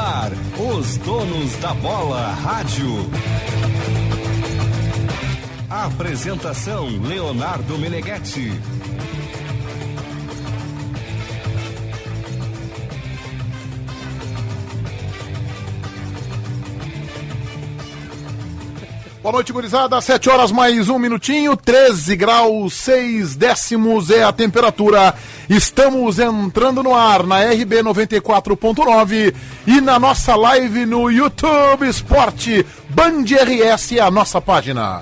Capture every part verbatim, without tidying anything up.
ar, os donos da bola rádio. Apresentação Leonardo Meneghetti. Boa noite, gurizada. Sete horas mais um minutinho, treze graus, seis décimos é a temperatura. Estamos entrando no ar na R B noventa e quatro ponto nove e na nossa live no YouTube Esporte. Band R S é a nossa página.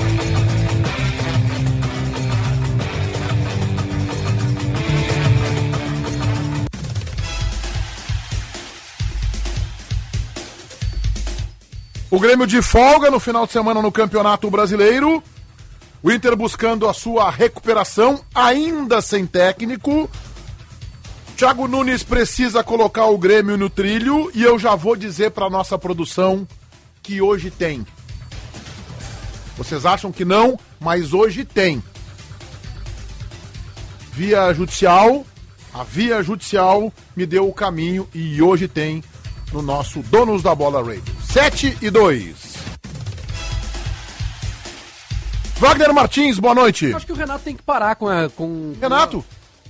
O Grêmio de folga no final de semana no Campeonato Brasileiro. O Inter buscando a sua recuperação, ainda sem técnico. Thiago Nunes precisa colocar o Grêmio no trilho e eu já vou dizer para nossa produção que hoje tem. Vocês acham que não, mas hoje tem. Via judicial, a via judicial me deu o caminho e hoje tem no nosso Donos da Bola Radio. sete e dois. Wagner Martins, boa noite. Eu acho que o Renato tem que parar com... A, com Renato?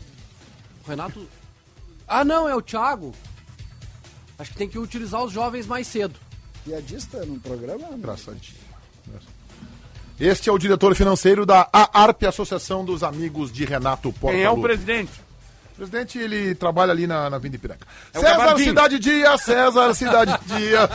O Renato... Ah, não, é o Thiago. Acho que tem que utilizar os jovens mais cedo. Piadista no programa? Engraçadinho. Este é o diretor financeiro da A A R P, Associação dos Amigos de Renato Portaluppi. Quem é o presidente? O presidente, ele trabalha ali na, na Vinda Ipiranga. É César Cidade Dias, César Cidade Dias.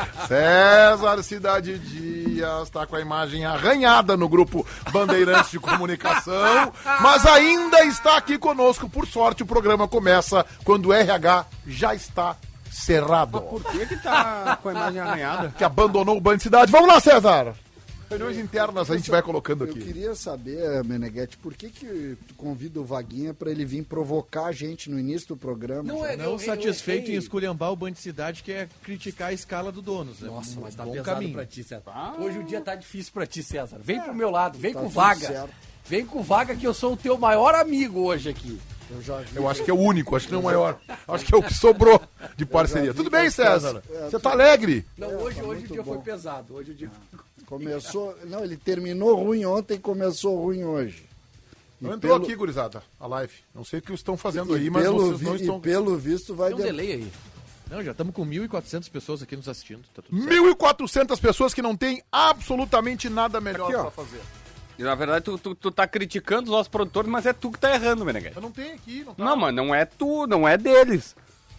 César Cidade Dias tá com a imagem arranhada no grupo Bandeirantes de Comunicação, mas ainda está aqui conosco. Por sorte, o programa começa quando o R H já está cerrado. Por que que tá com a imagem arranhada? Que abandonou o Band Cidade. Vamos lá, César! Reuniões internas a gente vai colocando aqui. Eu queria saber, Meneghetti, por que que tu convida o Vaguinha pra ele vir provocar a gente no início do programa? Não, é, Não eu, satisfeito eu, eu, em esculhambar o Band Cidade, que é criticar a escala do Donos. Nossa, é um mas tá bom pesado caminho. pra ti, César. Hoje o dia tá difícil pra ti, César. Vem pro meu lado, vem Tá com tudo vaga. certo. Vem com vaga que eu sou o teu maior amigo hoje aqui. Eu já vi. Eu acho que é o único, acho que não é o maior. Acho que é o que sobrou de parceria. Tudo bem, César? Você tá alegre? Não, É, hoje, tá hoje o muito dia bom. foi pesado. Hoje o dia... Começou... Não, ele terminou ruim ontem e começou ruim hoje. Não E entrou pelo- aqui, gurizada, a live. Não sei o que estão fazendo E aí, mas pelo, vocês não vi- estão... e pelo visto vai... Tem um de- delay aí. Não, já estamos com mil e quatrocentas pessoas aqui nos assistindo. Tá tudo certo. mil e quatrocentas pessoas que não têm absolutamente nada melhor Aqui, ó. pra fazer. E, na verdade, tu, tu, tu tá criticando os nossos produtores, mas é tu que tá errando, Meneghetti. Eu não tenho aqui, não tá. Não, mas não é tu, não é deles.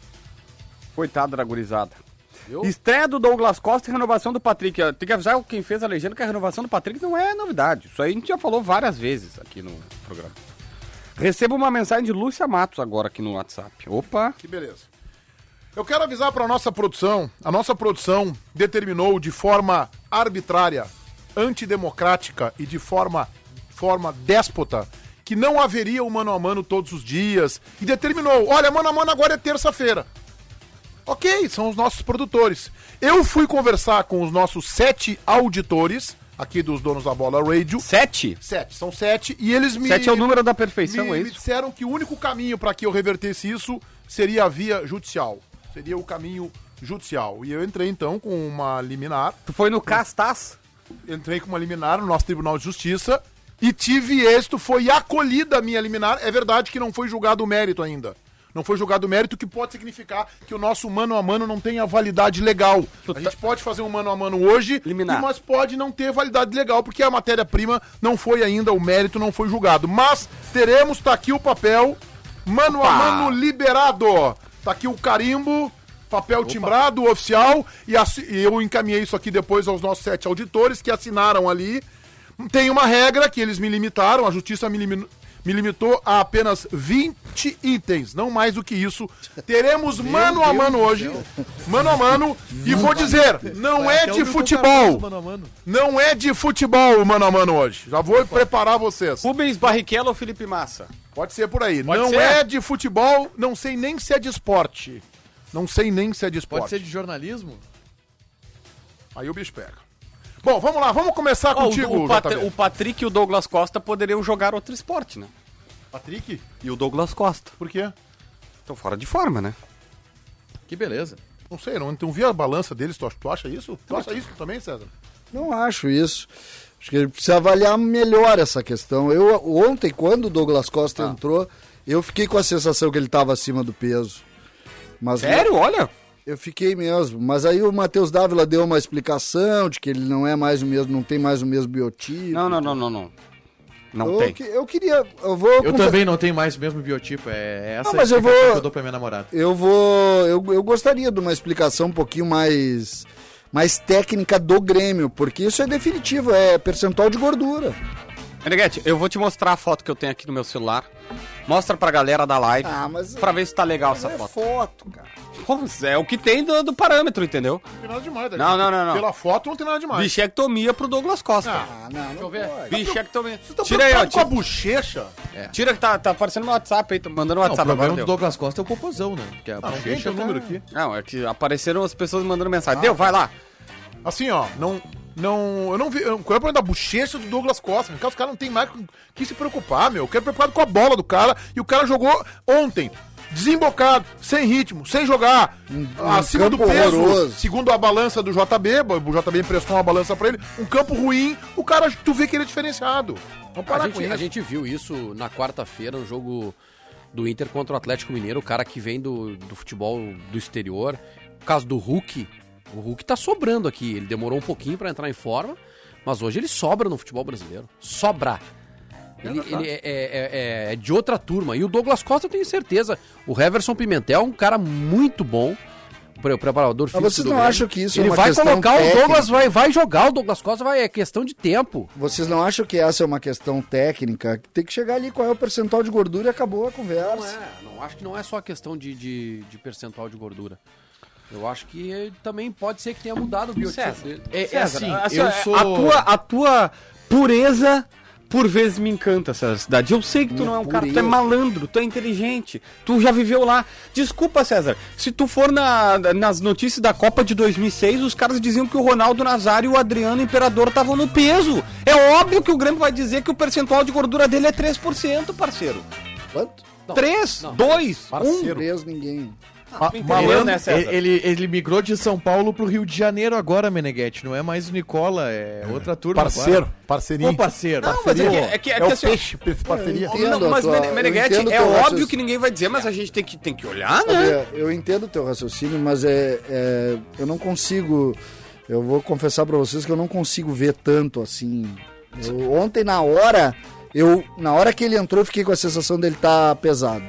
Coitado da gurizada. Eu? Estreia do Douglas Costa e renovação do Patrick. Tem que avisar quem fez a legenda que a renovação do Patrick não é novidade. Isso aí a gente já falou várias vezes aqui no programa. Recebo uma mensagem de Lúcia Matos agora aqui no WhatsApp. Opa! Que beleza. Eu quero avisar pra nossa produção, a nossa produção determinou de forma arbitrária, antidemocrática e de forma, forma déspota que não haveria o mano a mano todos os dias e determinou, olha, mano a mano agora é terça-feira. Ok, são os nossos produtores. Eu fui conversar com os nossos sete auditores, aqui dos Donos da Bola Radio. Sete? Sete, são sete, e eles me... Sete é o número da perfeição, me, é me isso? disseram que o único caminho para que eu revertesse isso seria a via judicial. Seria o caminho judicial. E eu entrei, então, com uma liminar. Tu foi no Castas? Entrei com uma liminar no nosso Tribunal de Justiça e tive êxito, foi acolhida a minha liminar. É verdade que não foi julgado o mérito ainda. Não foi julgado o mérito, que pode significar que o nosso mano a mano não tenha validade legal. A gente pode fazer um mano a mano hoje, Liminar. e- mas pode não ter validade legal, porque a matéria-prima não foi ainda, o mérito não foi julgado. Mas teremos, tá aqui o papel, mano a Opa! mano liberado. Tá aqui o carimbo, papel timbrado, oficial, e assi- e eu encaminhei isso aqui depois aos nossos sete auditores que assinaram ali. Tem uma regra que eles me limitaram, a justiça me, limi- me limitou a apenas vinte itens, não mais do que isso. Teremos mano a mano hoje, mano a mano, e vou dizer, não Vai é até o de Milton futebol, Cardoso, mano a mano. não é de futebol o mano a mano hoje. Já vou preparar vocês. Rubens Barrichello ou Felipe Massa? Pode ser por aí. Pode não ser? é de futebol, não sei nem se é de esporte. Não sei nem se é de esporte. Pode ser de jornalismo? Aí o bicho pega. Bom, vamos lá, vamos começar Ó, contigo, o, o, Pat- J B. o Patrick e o Douglas Costa poderiam jogar outro esporte, né? Patrick? E o Douglas Costa. Por quê? Estão fora de forma, né? Que beleza. Não sei, não, não vi a balança deles, tu, tu acha isso? Tu acha isso também, César? Não acho isso. Acho que ele precisa avaliar melhor essa questão. Eu, ontem, quando o Douglas Costa Ah. entrou, eu fiquei com a sensação que ele estava acima do peso. Mas Sério? Olha. Eu fiquei mesmo. Mas aí o Matheus Dávila deu uma explicação de que ele não é mais o mesmo, não tem mais o mesmo biotipo. Não, não, não, não, não. Não eu, tem. que- eu queria. Eu vou. Eu conver- também não tenho mais o mesmo biotipo. É essa Não, mas a eu vou- explicação que eu dou pra minha namorada. Eu vou. Eu, eu gostaria de uma explicação um pouquinho mais. mais técnica do Grêmio, porque isso é definitivo, é percentual de gordura. Meneghete, eu vou te mostrar a foto que eu tenho aqui no meu celular. Mostra pra galera da live. Ah, mas. Pra ver se tá legal mas essa é foto. foto, cara. Pô, é o que tem do, do parâmetro, entendeu? Não tem nada demais. Não, não, não, não. Pela foto não tem nada demais. Bichectomia pro Douglas Costa. Ah, não, não eu ver. pode. Bichectomia. Vocês estão Tira aí, ó. preocupados com a Tira, bochecha? tira que tá, tá aparecendo no WhatsApp aí. Tô mandando no Não, o WhatsApp problema agora. do Deu. Douglas Costa é o popozão, né? Porque a Não, não tem bochecha teu tá- número aqui. Não, é que apareceram as pessoas mandando mensagem. Deu, vai lá. Assim, ó, não... Não, eu não vi. Eu, qual é o problema da bochecha do Douglas Costa? Meu? Os caras não tem mais com que se preocupar, meu. Eu quero preocupado com a bola do cara. E o cara jogou ontem, desembocado, sem ritmo, sem jogar, acima do campo peso. horroroso. Segundo a balança do J B, o J B emprestou uma balança pra ele. Um campo ruim, o cara, tu vê que ele é diferenciado. Vamos parar A com gente, isso. a gente viu isso na quarta-feira, no jogo do Inter contra o Atlético Mineiro, o cara que vem do, do futebol do exterior. O caso do Hulk, o Hulk tá sobrando aqui. Ele demorou um pouquinho pra entrar em forma, mas hoje ele sobra no futebol brasileiro. Sobra. Ele, ele é, é- é- é de outra turma. E o Douglas Costa, eu tenho certeza. O Heverson Pimentel é um cara muito bom. pre- Preparador físico. vocês do não Grêmio. acham que isso é ele uma vai questão colocar técnica? o Douglas, vai, vai jogar o Douglas Costa, vai, é questão de tempo. Vocês não acham que essa é uma questão técnica? Tem que chegar ali qual é o percentual de gordura e acabou a Não conversa. é, não acho que não é só questão de, de, de percentual de gordura. Eu acho que eh, também pode ser que tenha mudado o biotipo César, dele. É, é César, assim, eu a, sou... a, tua, a tua pureza por vezes me encanta, César Cidade. Eu sei que tu Minha não é um cara, tu é pureza. malandro, tu é inteligente, tu já viveu lá. Desculpa, César, se tu for na, nas notícias da Copa de dois mil e seis, os caras diziam que o Ronaldo Nazário e o Adriano Imperador estavam no peso. É óbvio que o Grêmio vai dizer que o percentual de gordura dele é três por cento, parceiro. Quanto? Não, três, não. dois, um. Parceiro. Preso ninguém. Ma- Entendeu, malandro, né, César? Ele, ele, ele migrou de São Paulo pro Rio de Janeiro agora, Meneghete. Não é mais o Nicola, é outra turma. parceiro, agora. parceirinho. Ô, parceiro. Não, mas é que, é que, é É que o assim, ó, peixe, peixe, parceria. Eu entendo não, mas a tua- Mene- eu Meneghete, entendo o é teu óbvio raciocínio. que ninguém vai dizer, mas a gente tem que, tem que olhar, né? Olha, eu entendo o teu raciocínio, mas é, é- eu não consigo. Eu vou confessar pra vocês que eu não consigo ver tanto assim. Eu- ontem, na hora, eu, na hora que ele entrou, eu fiquei com a sensação dele estar pesado.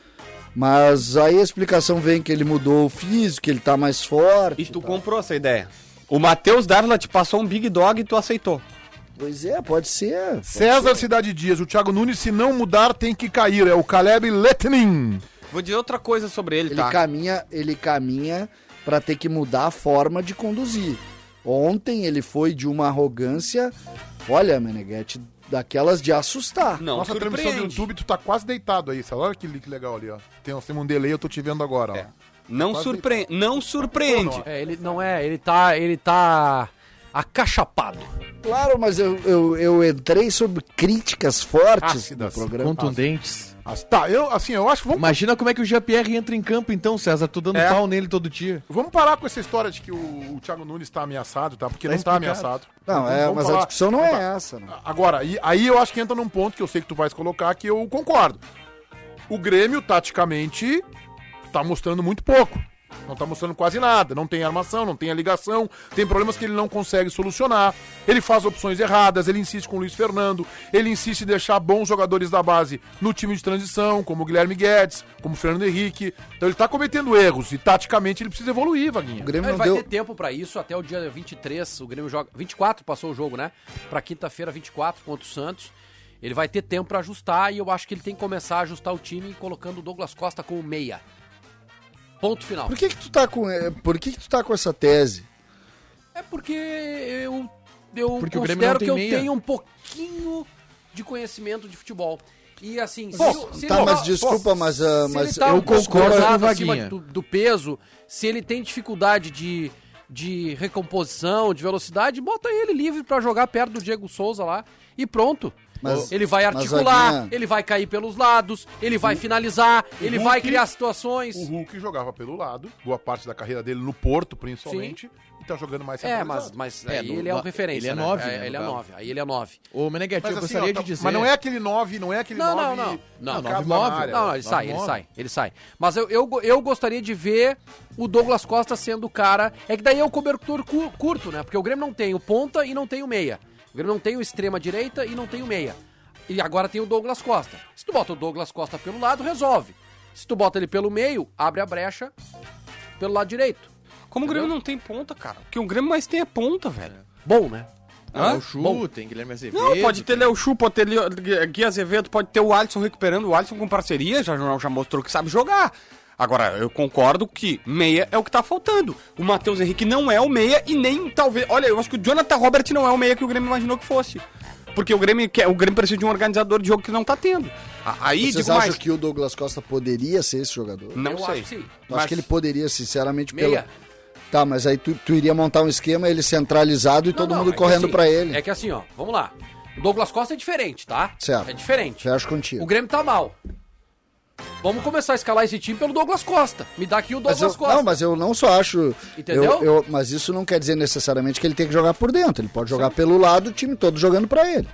Mas aí a explicação vem que ele mudou o físico, que ele tá mais forte. E tu tá. comprou essa ideia. O Matheus Dávila te passou um Big Dog e tu aceitou. Pois é, pode ser. pode César ser. Cidade Dias, o Thiago Nunes, se não mudar, tem que cair. É o Caleb Letnin. Vou dizer outra coisa sobre ele, Ele tá? caminha, ele caminha para ter que mudar a forma de conduzir. Ontem ele foi de uma arrogância, olha, Meneghete, daquelas de assustar. Não, Nossa transmissão do surpreende. YouTube, tu tá quase deitado aí, César. Olha que, que legal ali, ó. Tem, tem um delay, eu tô te vendo agora, ó. É. Não, Quase surpre... não surpreende. Não, É, ele não é, ele tá, ele tá acachapado. Claro, mas eu, eu, eu entrei sobre críticas fortes Ácidas, no programa. Contundentes. Ah, tá, eu, assim, eu acho que vamos, Imagina como é que o Jean-Pierre entra em campo então, César. Tô dando É. pau nele todo dia. vamos parar com essa história de que o, o Thiago Nunes tá ameaçado, tá? Porque Tá não tá explicado. ameaçado. Não, Vamos- é, vamos mas falar- a discussão não vamos é lá. essa. Né? Agora, e, aí eu acho que entra num ponto que eu sei que tu vais colocar, que eu concordo. O Grêmio, taticamente, tá mostrando muito pouco. Não tá mostrando quase nada. Não tem armação, não tem a ligação. Tem problemas que ele não consegue solucionar. Ele faz opções erradas, ele insiste com o Luiz Fernando. Ele insiste em deixar bons jogadores da base no time de transição, como o Guilherme Guedes, como o Fernando Henrique. Então ele tá cometendo erros e, taticamente, ele precisa evoluir, O Vaguinha. Grêmio Ele não vai deu. ter tempo pra isso até o dia vinte e três, o Grêmio joga, vinte e quatro passou o jogo, né? Pra quinta-feira vinte e quatro contra o Santos. Ele vai ter tempo pra ajustar e eu acho que ele tem que começar a ajustar o time colocando o Douglas Costa como meia. Ponto final. Por que que tu tá com, eh, por que que tu tá com essa tese? É porque eu, eu Porque o Grêmio não considero tem que eu meia. tenho um pouquinho de conhecimento de futebol. E assim, se, Pô, ele- se tá, ele- mas desculpa, mas, ah, se mas ele tá eu um pouco concordo pesado com o acima Vaguinha. do, do peso, se ele tem dificuldade de, de recomposição, de velocidade, bota ele livre pra jogar perto do Diego Souza lá e pronto. Mas- ele vai mas, articular, Vaguinha- ele vai cair pelos lados, ele vai finalizar, ele vai Hulk- criar situações. O Hulk jogava pelo lado, boa parte da carreira dele no Porto, principalmente, e tá jogando mais É, mas, centralizado. mas É, aí no- ele é um no- referência. ele é né? nove, É, né, ele é no caso. nove. Aí ele é nove. Ô, Meneghete, eu Mas, assim, gostaria ó, tá- de dizer... mas não é aquele nove, não é aquele Não, nove não, não. Não, marcado nove na móvel. área. Não, não, ele sai, ele nove. sai, ele sai. Mas eu, eu, eu gostaria de ver o Douglas Costa sendo o cara. É que daí é o cobertor cu- curto, né? Porque o Grêmio não tem o ponta e não tem o meia. O Grêmio não tem o extrema direita e não tem o meia. E agora tem o Douglas Costa. Se tu bota o Douglas Costa pelo lado, resolve. Se tu bota ele pelo meio, abre a brecha pelo lado direito. Como o Grêmio não tem ponta, cara. O que o Grêmio mais tem é ponta, velho. Bom, né? Ah, Hã? o Chu, tem Guilherme Azevedo. Não, pode ter tem- Léo Chu, pode ter Leo- Gui Azevedo, pode ter o Alisson recuperando. O Alisson com parceria já, já mostrou que sabe jogar. Agora, eu concordo que meia é o que tá faltando. O Matheus Henrique não é o meia e nem talvez... Olha, eu acho que o Jonathan Robert não é o meia que o Grêmio imaginou que fosse. Porque o Grêmio, quer, o Grêmio precisa de um organizador de jogo que não tá tendo. A- Aí, Vocês digo acham mais... que o Douglas Costa poderia ser esse jogador? Não eu sei. acho que sim. Eu Mas- acho que ele poderia, sinceramente, Meia. pela... Tá, mas aí tu, tu iria montar um esquema, ele centralizado e Não, todo não, mundo é que correndo assim, pra ele. É que assim, ó, vamos lá. O Douglas Costa é diferente, tá? Certo. É diferente. Fecho contigo. O Grêmio tá mal. Vamos começar a escalar esse time pelo Douglas Costa. Me dá aqui o Mas Douglas eu, Costa. não, mas eu não só acho. Entendeu? eu- eu- mas isso não quer dizer necessariamente que ele tem que jogar por dentro. Ele pode jogar pelo lado, o time todo jogando pra ele.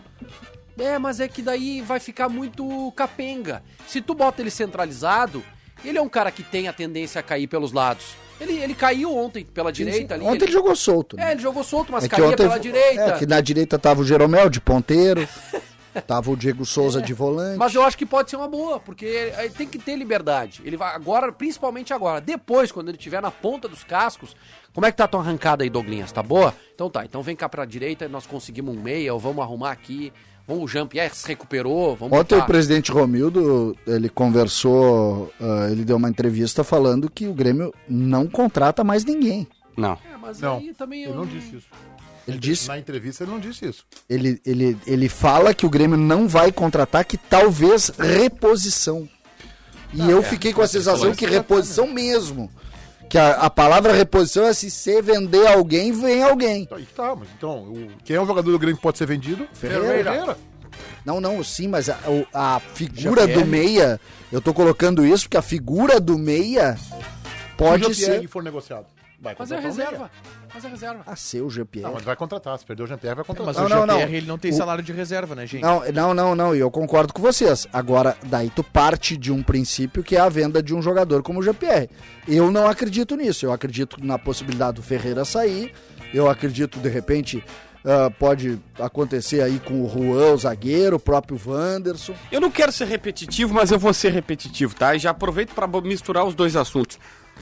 É, mas é que daí vai ficar muito capenga. Se tu bota ele centralizado, ele é um cara que tem a tendência a cair pelos lados. Ele, ele caiu ontem pela direita ali. Ontem ele jogou solto. né? É, ele jogou solto, mas É que caía ontem- pela direita. É, que na direita tava o Jeromel de ponteiro, tava o Diego Souza de volante. Mas eu acho que pode ser uma boa, porque ele tem que ter liberdade. Ele vai agora, principalmente agora. Depois, quando ele estiver na ponta dos cascos, como é que tá a tua arrancada aí, Douglinhas? Tá boa? Então tá, então vem cá pra direita, nós conseguimos um meia, ou vamos arrumar aqui. Vamos, o Jean-Pierre se recuperou, vamos Ontem botar- o presidente Romildo, ele conversou, ah, ele deu uma entrevista falando que o Grêmio não contrata mais ninguém. Não. É, mas Não, aí também ele eu não disse isso. Ele disse, Na entrevista ele não disse isso. ele, ele, ele fala que o Grêmio não vai contratar, que talvez reposição. E eu fiquei com a sensação que reposição mesmo. Que a, a palavra reposição é se você vender alguém, vem alguém. Então, aí que tá, mas então, o- quem é o jogador do Grêmio que pode ser vendido? Ferreira. Não, não, sim, mas a, o- a figura Jean-Pierre. do meia, eu tô colocando isso porque a figura do meia pode Se o Jean-Pierre ser for negociado. Vai Mas é contratar o meia. reserva. Mas é reserva. a ser o Não, Jean-Pierre. mas vai contratar. Se perder o Jean-Pierre, vai contratar. Mas Não, o não, não. Jean-Pierre, ele não tem O- salário de reserva, né, gente? Não, não, não, não, e eu concordo com vocês. Agora, daí tu parte de um princípio que é a venda de um jogador como o Jean-Pierre. Eu não acredito nisso. Eu acredito na possibilidade do Ferreira sair. Eu acredito, de repente, ah, pode acontecer aí com o Juan, o zagueiro, o próprio Wanderson. Eu não quero ser repetitivo, mas eu vou ser repetitivo, tá? E já aproveito pra bo- misturar os dois assuntos.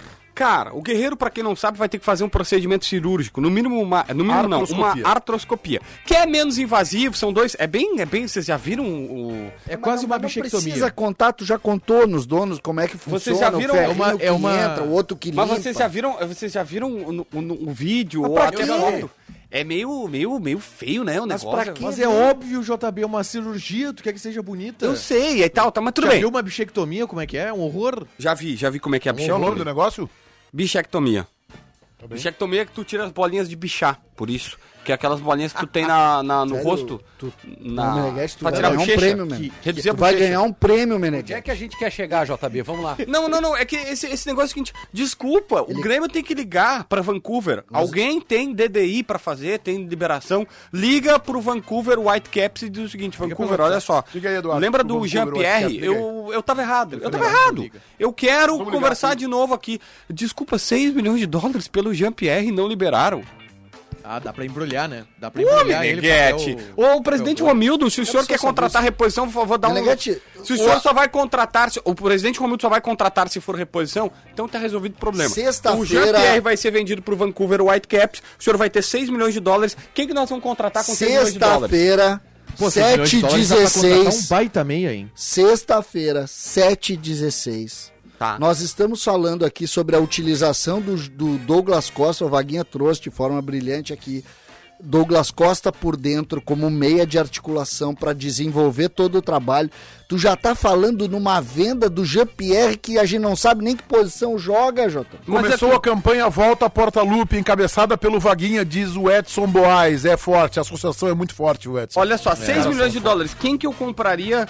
Cara, o guerreiro, pra quem não sabe, vai ter que fazer um procedimento cirúrgico, no mínimo uma, no mínimo não, uma Artroscopia. artroscopia, que é menos invasivo, são dois, é bem, é bem, vocês já viram o... É quase uma Mas não bichectomia. precisa contar, tu já contou nos donos como é que funciona. Vocês já viram- o ferrinho é uma- que é uma- entra, o outro que Mas limpa. vocês já viram, vocês já viram o, o- o vídeo Mas ou pra até quê? foto? É meio, meio, meio feio, né, o Mas negócio. pra quê? Mas é óbvio, J B, é uma cirurgia, tu quer que seja bonita. Eu sei, e tal, tá, mas tudo Já bem. viu uma bichectomia, como é que é? Um horror? Já vi, já vi como é que é a Qual é o nome do bichectomia. negócio? Bichectomia. Tá bem. Bichectomia é que tu tira as bolinhas de bichar, por isso. Que é aquelas bolinhas que tu tem na, na- no Sério? rosto. Tu- na... Meneghete, tu pra vai tirar a ganhar um bochecha. prêmio, mano. que- Reduzir a Tu vai bochecha. ganhar um prêmio, Onde é Meneghete. que a gente quer chegar, J B? Vamos lá. Não, não, não, é que esse, esse negócio é o seguinte, desculpa, o Grêmio tem que ligar pra Vancouver. Alguém tem D D I pra fazer, tem liberação, liga pro Vancouver Whitecaps e diz o seguinte, Vancouver, pelo olha só, Diga aí, Eduardo, lembra pro do Vancouver Jean-Pierre? Whitecaps, liga aí. Eu, eu tava errado, eu tava ligar, errado. liga. Eu quero Vamos ligar, conversar sim. de novo aqui. Desculpa, seis milhões de dólares pelo Jean-Pierre e não liberaram. Ah, dá pra embrulhar, né? Dá pra Ô, embrulhar ele. Meneghete! papel- Ô, presidente papel- Romildo, se o senhor preciso quer contratar saber reposição, por favor, dá um... Meneghete, Se o senhor só vai contratar, se- o presidente Romildo só vai contratar se for reposição, então tá resolvido o problema. Sexta-feira- O Jean-Pierre vai ser vendido pro Vancouver Whitecaps, o senhor vai ter seis milhões de dólares. Quem que nós vamos contratar com seis milhões de dólares? Sexta-feira, Pô, seis milhões de sete e dólares dá pra contratar um dezesseis. baita meia, hein? Sexta-feira, sete e dezesseis. Tá. Nós estamos falando aqui sobre a utilização do, do Douglas Costa, o Vaguinha trouxe de forma brilhante aqui, Douglas Costa por dentro como meia de articulação para desenvolver todo o trabalho. Tu já tá falando numa venda do Jean-Pierre que a gente não sabe nem que posição joga, Jota. Começou é a campanha Volta à Porta-Lupe, encabeçada pelo Vaguinha, diz o Edson Boaz. É forte, a associação é muito forte, o Edson. Olha só, seis milhões de dólares. Quem que eu compraria?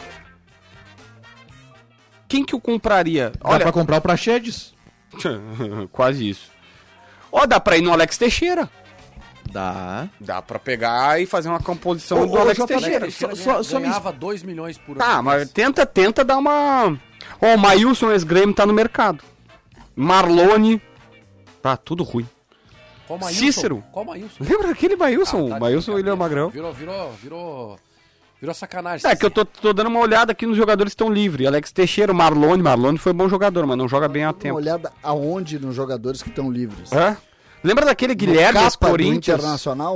Quem que eu compraria? Dá Olha, pra comprar o Praxedes? quase isso. Ó, dá pra ir no Alex Teixeira. Dá. Dá pra pegar e fazer uma composição Ô, do ô, Alex J P, Teixeira. só- Ganha- só- só me- ganhava dois milhões por ano. Tá, mas tenta, tenta dar uma... Ó, o Maílson ex-Grêmio tá no mercado. Marlone. Tá tudo ruim. Qual Maílson? Cícero. Qual Maílson? Lembra aquele Maílson? Ah, tá de Maílson, ele é brincadeira. magrão. Virou, virou, virou... Virou sacanagem. É que eu tô, tô dando uma olhada aqui nos jogadores que estão livres. Alex Teixeira, Marlone. Marlone foi bom jogador, mas não joga bem há Uma tempo. olhada aonde nos jogadores que estão livres. Hã? Lembra daquele Guilherme, Capa do Corinthians? Internacional?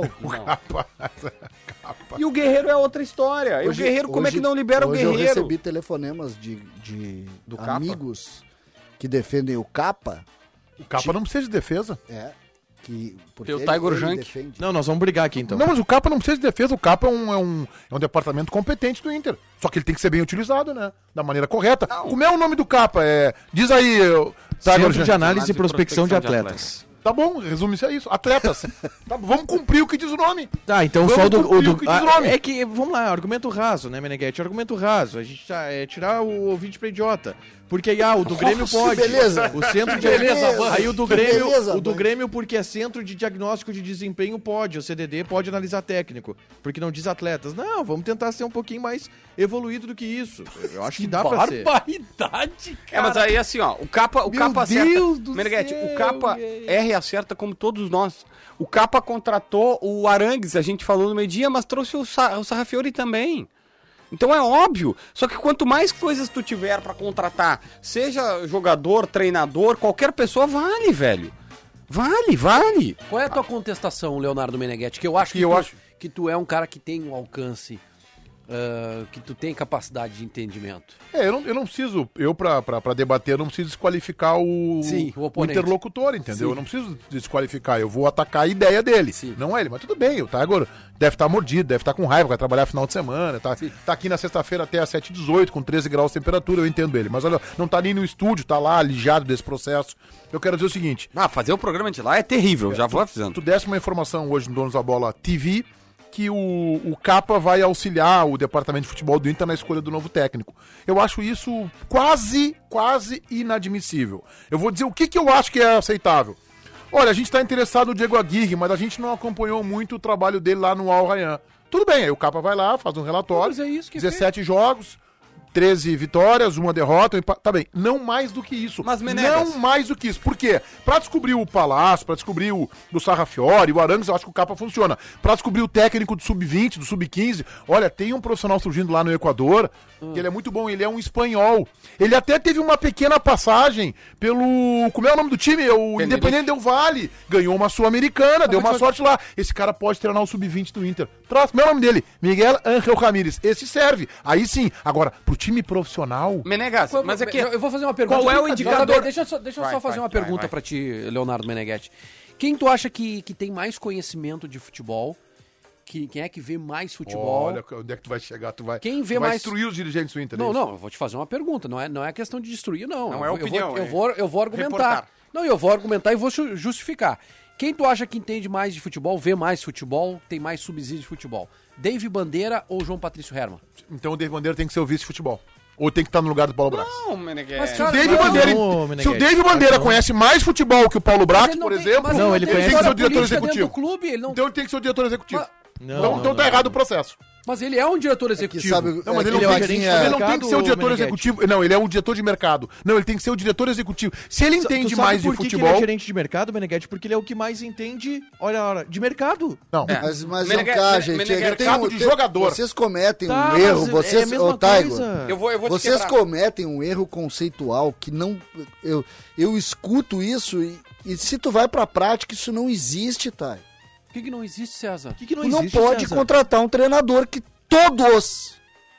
E o Guerreiro é outra história. e o Hoje- Guerreiro, como é hoje- que não libera o hoje eu Guerreiro? recebi telefonemas de, de Do Capa? amigos que defendem o Capa. O Capa não precisa de defesa. É. Que, porque Tem o ele- Tiger ele Junk. defende. Não, nós vamos brigar aqui então. Não, mas o Capa não precisa de defesa. O Capa é um, é, um, é um departamento competente do Inter. Só que ele tem que ser bem utilizado, né? Da maneira correta. Como é o nome do Capa? É... Diz aí, eu- Tiger Centro Junk. de Análise Análise e Prospecção de Prospecção de Atletas. Tá bom, resume-se a isso. Atletas. Tá bom, vamos cumprir o que diz o nome. Tá, então Vamos só o do... O cumprir do o que diz o ah, nome. é que, vamos lá, argumento raso, né, Meneghetti? Argumento raso. A gente tá, é tirar o ouvinte pra idiota. Porque aí, ah, o do Grêmio pode. beleza. O centro de... Beleza, Aí o do Grêmio, beleza, o do mãe. Grêmio porque é centro de diagnóstico de desempenho pode. O C D D pode analisar técnico. Porque não diz atletas. Não, vamos tentar ser um pouquinho mais evoluído do que isso. Eu acho que dá pra ser. Barbaridade, É, mas aí assim, ó, o Capa, o Meu Capa acerta. Deus do Meneghetti, céu, o Capa velho. erra e acerta como todos nós. O Capa contratou o Arangues, a gente falou no meio-dia, mas trouxe o, Sa o Sarrafiori também. Então é óbvio. Só que quanto mais coisas tu tiver pra contratar, seja jogador, treinador, qualquer pessoa, vale, velho. Vale, vale. Qual é a tua contestação, Leonardo Meneghetti? Que eu acho que, Que eu tu, acho- que tu é um cara que tem um alcance, ah, que tu tem capacidade de entendimento. É, eu não, eu não preciso, eu pra, pra, pra debater, eu não preciso desqualificar o, Sim, o oponente. interlocutor, entendeu? Sim. Eu não preciso desqualificar, eu vou atacar a ideia dele, Sim. não ele. Mas tudo bem, o Tiger deve estar mordido, deve estar com raiva, vai trabalhar final de semana, tá, tá aqui na sexta-feira até às sete e dezoito, com treze graus de temperatura, eu entendo ele. Mas olha, não tá nem no estúdio, tá lá, alijado desse processo. Eu quero dizer o seguinte, Ah, fazer o programa de lá é terrível, já vou avisando. tu desse uma informação hoje no Donos da Bola T V que o, o Capa vai auxiliar o departamento de futebol do Inter na escolha do novo técnico. Eu acho isso quase, quase inadmissível. Eu vou dizer o que, que eu acho que é aceitável. Olha, a gente está interessado no Diego Aguirre, mas a gente não acompanhou muito o trabalho dele lá no Al Rayyan. Tudo bem, aí o Capa vai lá, faz um relatório, Mas é isso que dezessete jogos, treze vitórias, uma derrota, um empate. Tá bem, não mais do que isso. Mas, Menegas- não mais do que isso. Por quê? Pra descobrir o Palácio, pra descobrir o do Sarrafiori, o Arangues, eu acho que o Capa funciona. Pra descobrir o técnico do sub vinte, do sub quinze, olha, tem um profissional surgindo lá no Equador, que ele é muito bom, ele é um espanhol. Ele até teve uma pequena passagem pelo... Como é o nome do time? O Independente Del Valle. Ganhou uma Sul-Americana, deu uma sorte lá. Esse cara pode treinar o sub vinte do Inter. Traz, como é o nome dele? Miguel Ángel Ramírez. Esse serve. Aí sim. Agora, pro time profissional... Menegas, mas é que... Eu vou fazer uma pergunta. Qual é o indicador? Deixa eu só, deixa eu Vai, só fazer vai, uma vai, pergunta vai. pra ti, Leonardo Meneghetti. Quem tu acha que, que tem mais conhecimento de futebol? Que, quem é que vê mais futebol? Olha, onde é que tu vai chegar? Tu vai, Quem vê tu vai mais- destruir os dirigentes do Inter. Não, é isso? não, eu vou te fazer uma pergunta. Não é, não é questão de destruir, não. Não eu é vou, opinião, Eu vou, eu é vou, eu vou argumentar. reportar. Não, eu vou argumentar e vou ju- justificar. Quem tu acha que entende mais de futebol, vê mais futebol, tem mais subsídio de futebol? Dave Bandeira ou João Patrício Herman? Então o David Bandeira tem que ser o vice de futebol. Ou tem que estar no lugar do Paulo Brax. Não, Meneghete. Mas, Se o cara, David não, Bandeira, não, se o Meneghetti. David Bandeira Não. conhece mais futebol que o Paulo Brax, Mas ele por não tem- exemplo, mas Não, ele ele tem conhece- tem que ser o história diretor política executivo. dentro do clube, ele não... Então ele tem que ser o diretor executivo. Mas- Não, então não, então não, tá não. errado o processo. Mas ele é um diretor executivo. sabe- Não, mas É ele, que não ele tem, é que- gerente ele não tem que ser o mercado, diretor Meneghetti. executivo. Não, ele é o diretor de mercado. Não, ele tem que ser o diretor executivo. Se ele entende Tu sabe mais de por que que futebol. ele é gerente de mercado, Meneghetti? Porque ele é o que mais entende, olha, olha, de mercado. Não, Mas, mas Meneghete- vem cá, Men- gente. Meneghete- é que tem mercado um- de tem- jogador. Vocês cometem Tá, um erro. mas Vocês, é a mesma ô, Taigo, coisa. Eu vou, eu vou te vocês quebrar. cometem um erro conceitual que não. Eu, eu escuto isso e, e se tu vai pra prática, isso não existe, Thay. Por que, que não existe, César? O que, que não Tu não existe, pode César? contratar um treinador que todos,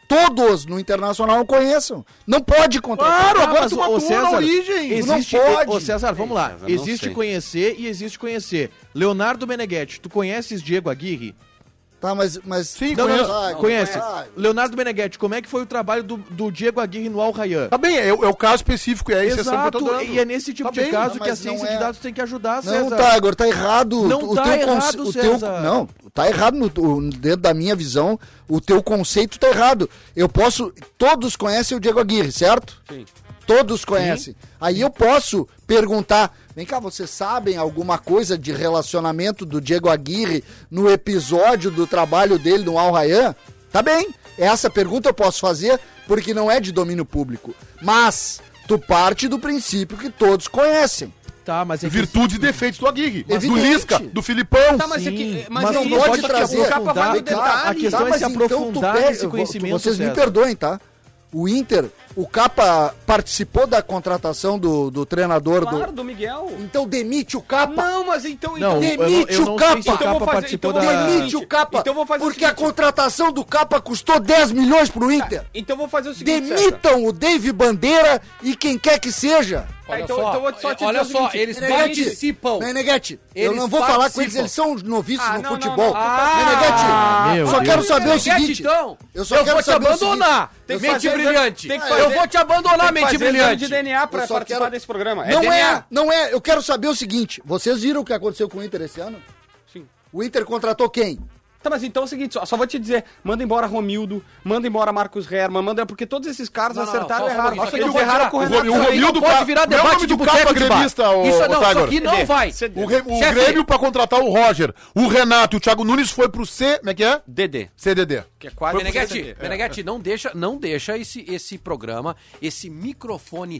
todos no Internacional não conheçam. Não pode contratar. Claro, agora mas, tu ô, matou César, na origem. Existe, não pode. Ô, César, vamos lá. César, não Existe sei. conhecer e existe conhecer. Leonardo Meneghetti, tu conheces Diego Aguirre? Tá, mas... mas... Sim, Não, não, conheço. não, Ai, conhece. ai. Leonardo Meneghetti, como é que foi o trabalho do, do Diego Aguirre no Al Rayyan? Tá bem, é, é o caso específico, é a exceção que eu tô Exato, dando. e é nesse tipo Tá de bem, caso não, que a mas não ciência é- de dados tem que ajudar, Não, César. tá, agora tá errado. Não o tá teu errado, conce- o teu, César. Não, tá errado no, o- dentro da minha visão, o teu conceito tá errado. Eu posso, todos conhecem o Diego Aguirre, certo? Sim. Todos conhecem. Aí eu posso perguntar, vem cá, vocês sabem alguma coisa de relacionamento do Diego Aguirre no episódio do trabalho dele no Al Rayyan? Tá bem, essa pergunta eu posso fazer porque não é de domínio público. Mas tu parte do princípio que todos conhecem. Tá, mas é que- Virtudes e defeitos do Aguirre, do Evidente. Lisca, do Filipão. Tá, mas é Sim, que. Mas, mas é não isso, pode só que trazer- o Capa vai no Vem cá, detalhe. a questão é mas se então tu aprofundar pega- nesse conhecimento, Vocês me César. perdoem, tá? O Inter, o Capa participou da contratação do, do treinador Claro, do... do Miguel. Então demite o Capa. Não, mas então. Não, então eu não- demite eu o não Capa. sei se o Então eu vou Capa fazer- participou então da... eu vou fazer- Demite o Capa. Então eu vou fazer o porque a seguinte. contratação do Capa custou dez milhões pro Inter. Então eu vou fazer o seguinte. César. Demitam o Dave Bandeira e quem quer que seja. Tá, então, então eu vou só te olha dizer o só, seguinte, eles Meneghetti, participam. Meneghetti, eu Eles não vou falar com participam. eles, eles são noviços Ah, no não, não, futebol. não. Ah, Meneghetti, meu só Deus. quero saber o Meneghetti, seguinte. então, eu só eu quero vou te saber o abandonar, Tem que mente fazer exame- brilhante. tem que eu fazer- vou te abandonar, Tem que mente fazer exame brilhante. de D N A pra Eu só participar quero- desse programa. Não D N A. é, não é. Eu quero saber o seguinte. Vocês viram o que aconteceu com o Inter esse ano? Sim. O Inter contratou quem? Tá, mas então é o seguinte, só, só vou te dizer, manda embora Romildo, manda embora Marcos Herman, manda porque todos esses caras Não, não, acertaram só- e só um erraram. pouquinho, Só que isso eles aqui não erraram pode com o virar- Renato. o Isso aí Romildo não pode Ca- virar não é o debate nome de do capa boteco de bar. gremista, ô- Isso ô, não, isso Tiger. aqui não vai. C D. O, Re- o Chefe. Grêmio pra contratar o Roger, o Renato e o Thiago Nunes foi pro C, como é que é? D D, C D D. que é quase Meneghetti, C D. Meneghetti, não deixa, não deixa esse, esse programa, esse microfone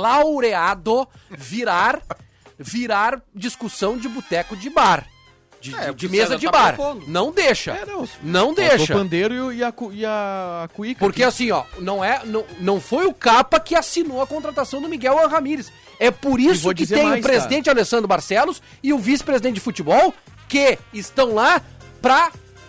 laureado virar, virar discussão de boteco de bar. De, É, de- o de que o mesa César de tá bar. propondo. Não deixa. É, não. Não Faltou deixa. O pandeiro e, o- e a, cu- e a cuíca. Porque assim, ó, não é, não, não foi o Capa que assinou a contratação do Miguel Ramírez. É por E isso vou que dizer tem mais, o presidente Alessandro Barcelos e o vice-presidente de futebol que estão lá pra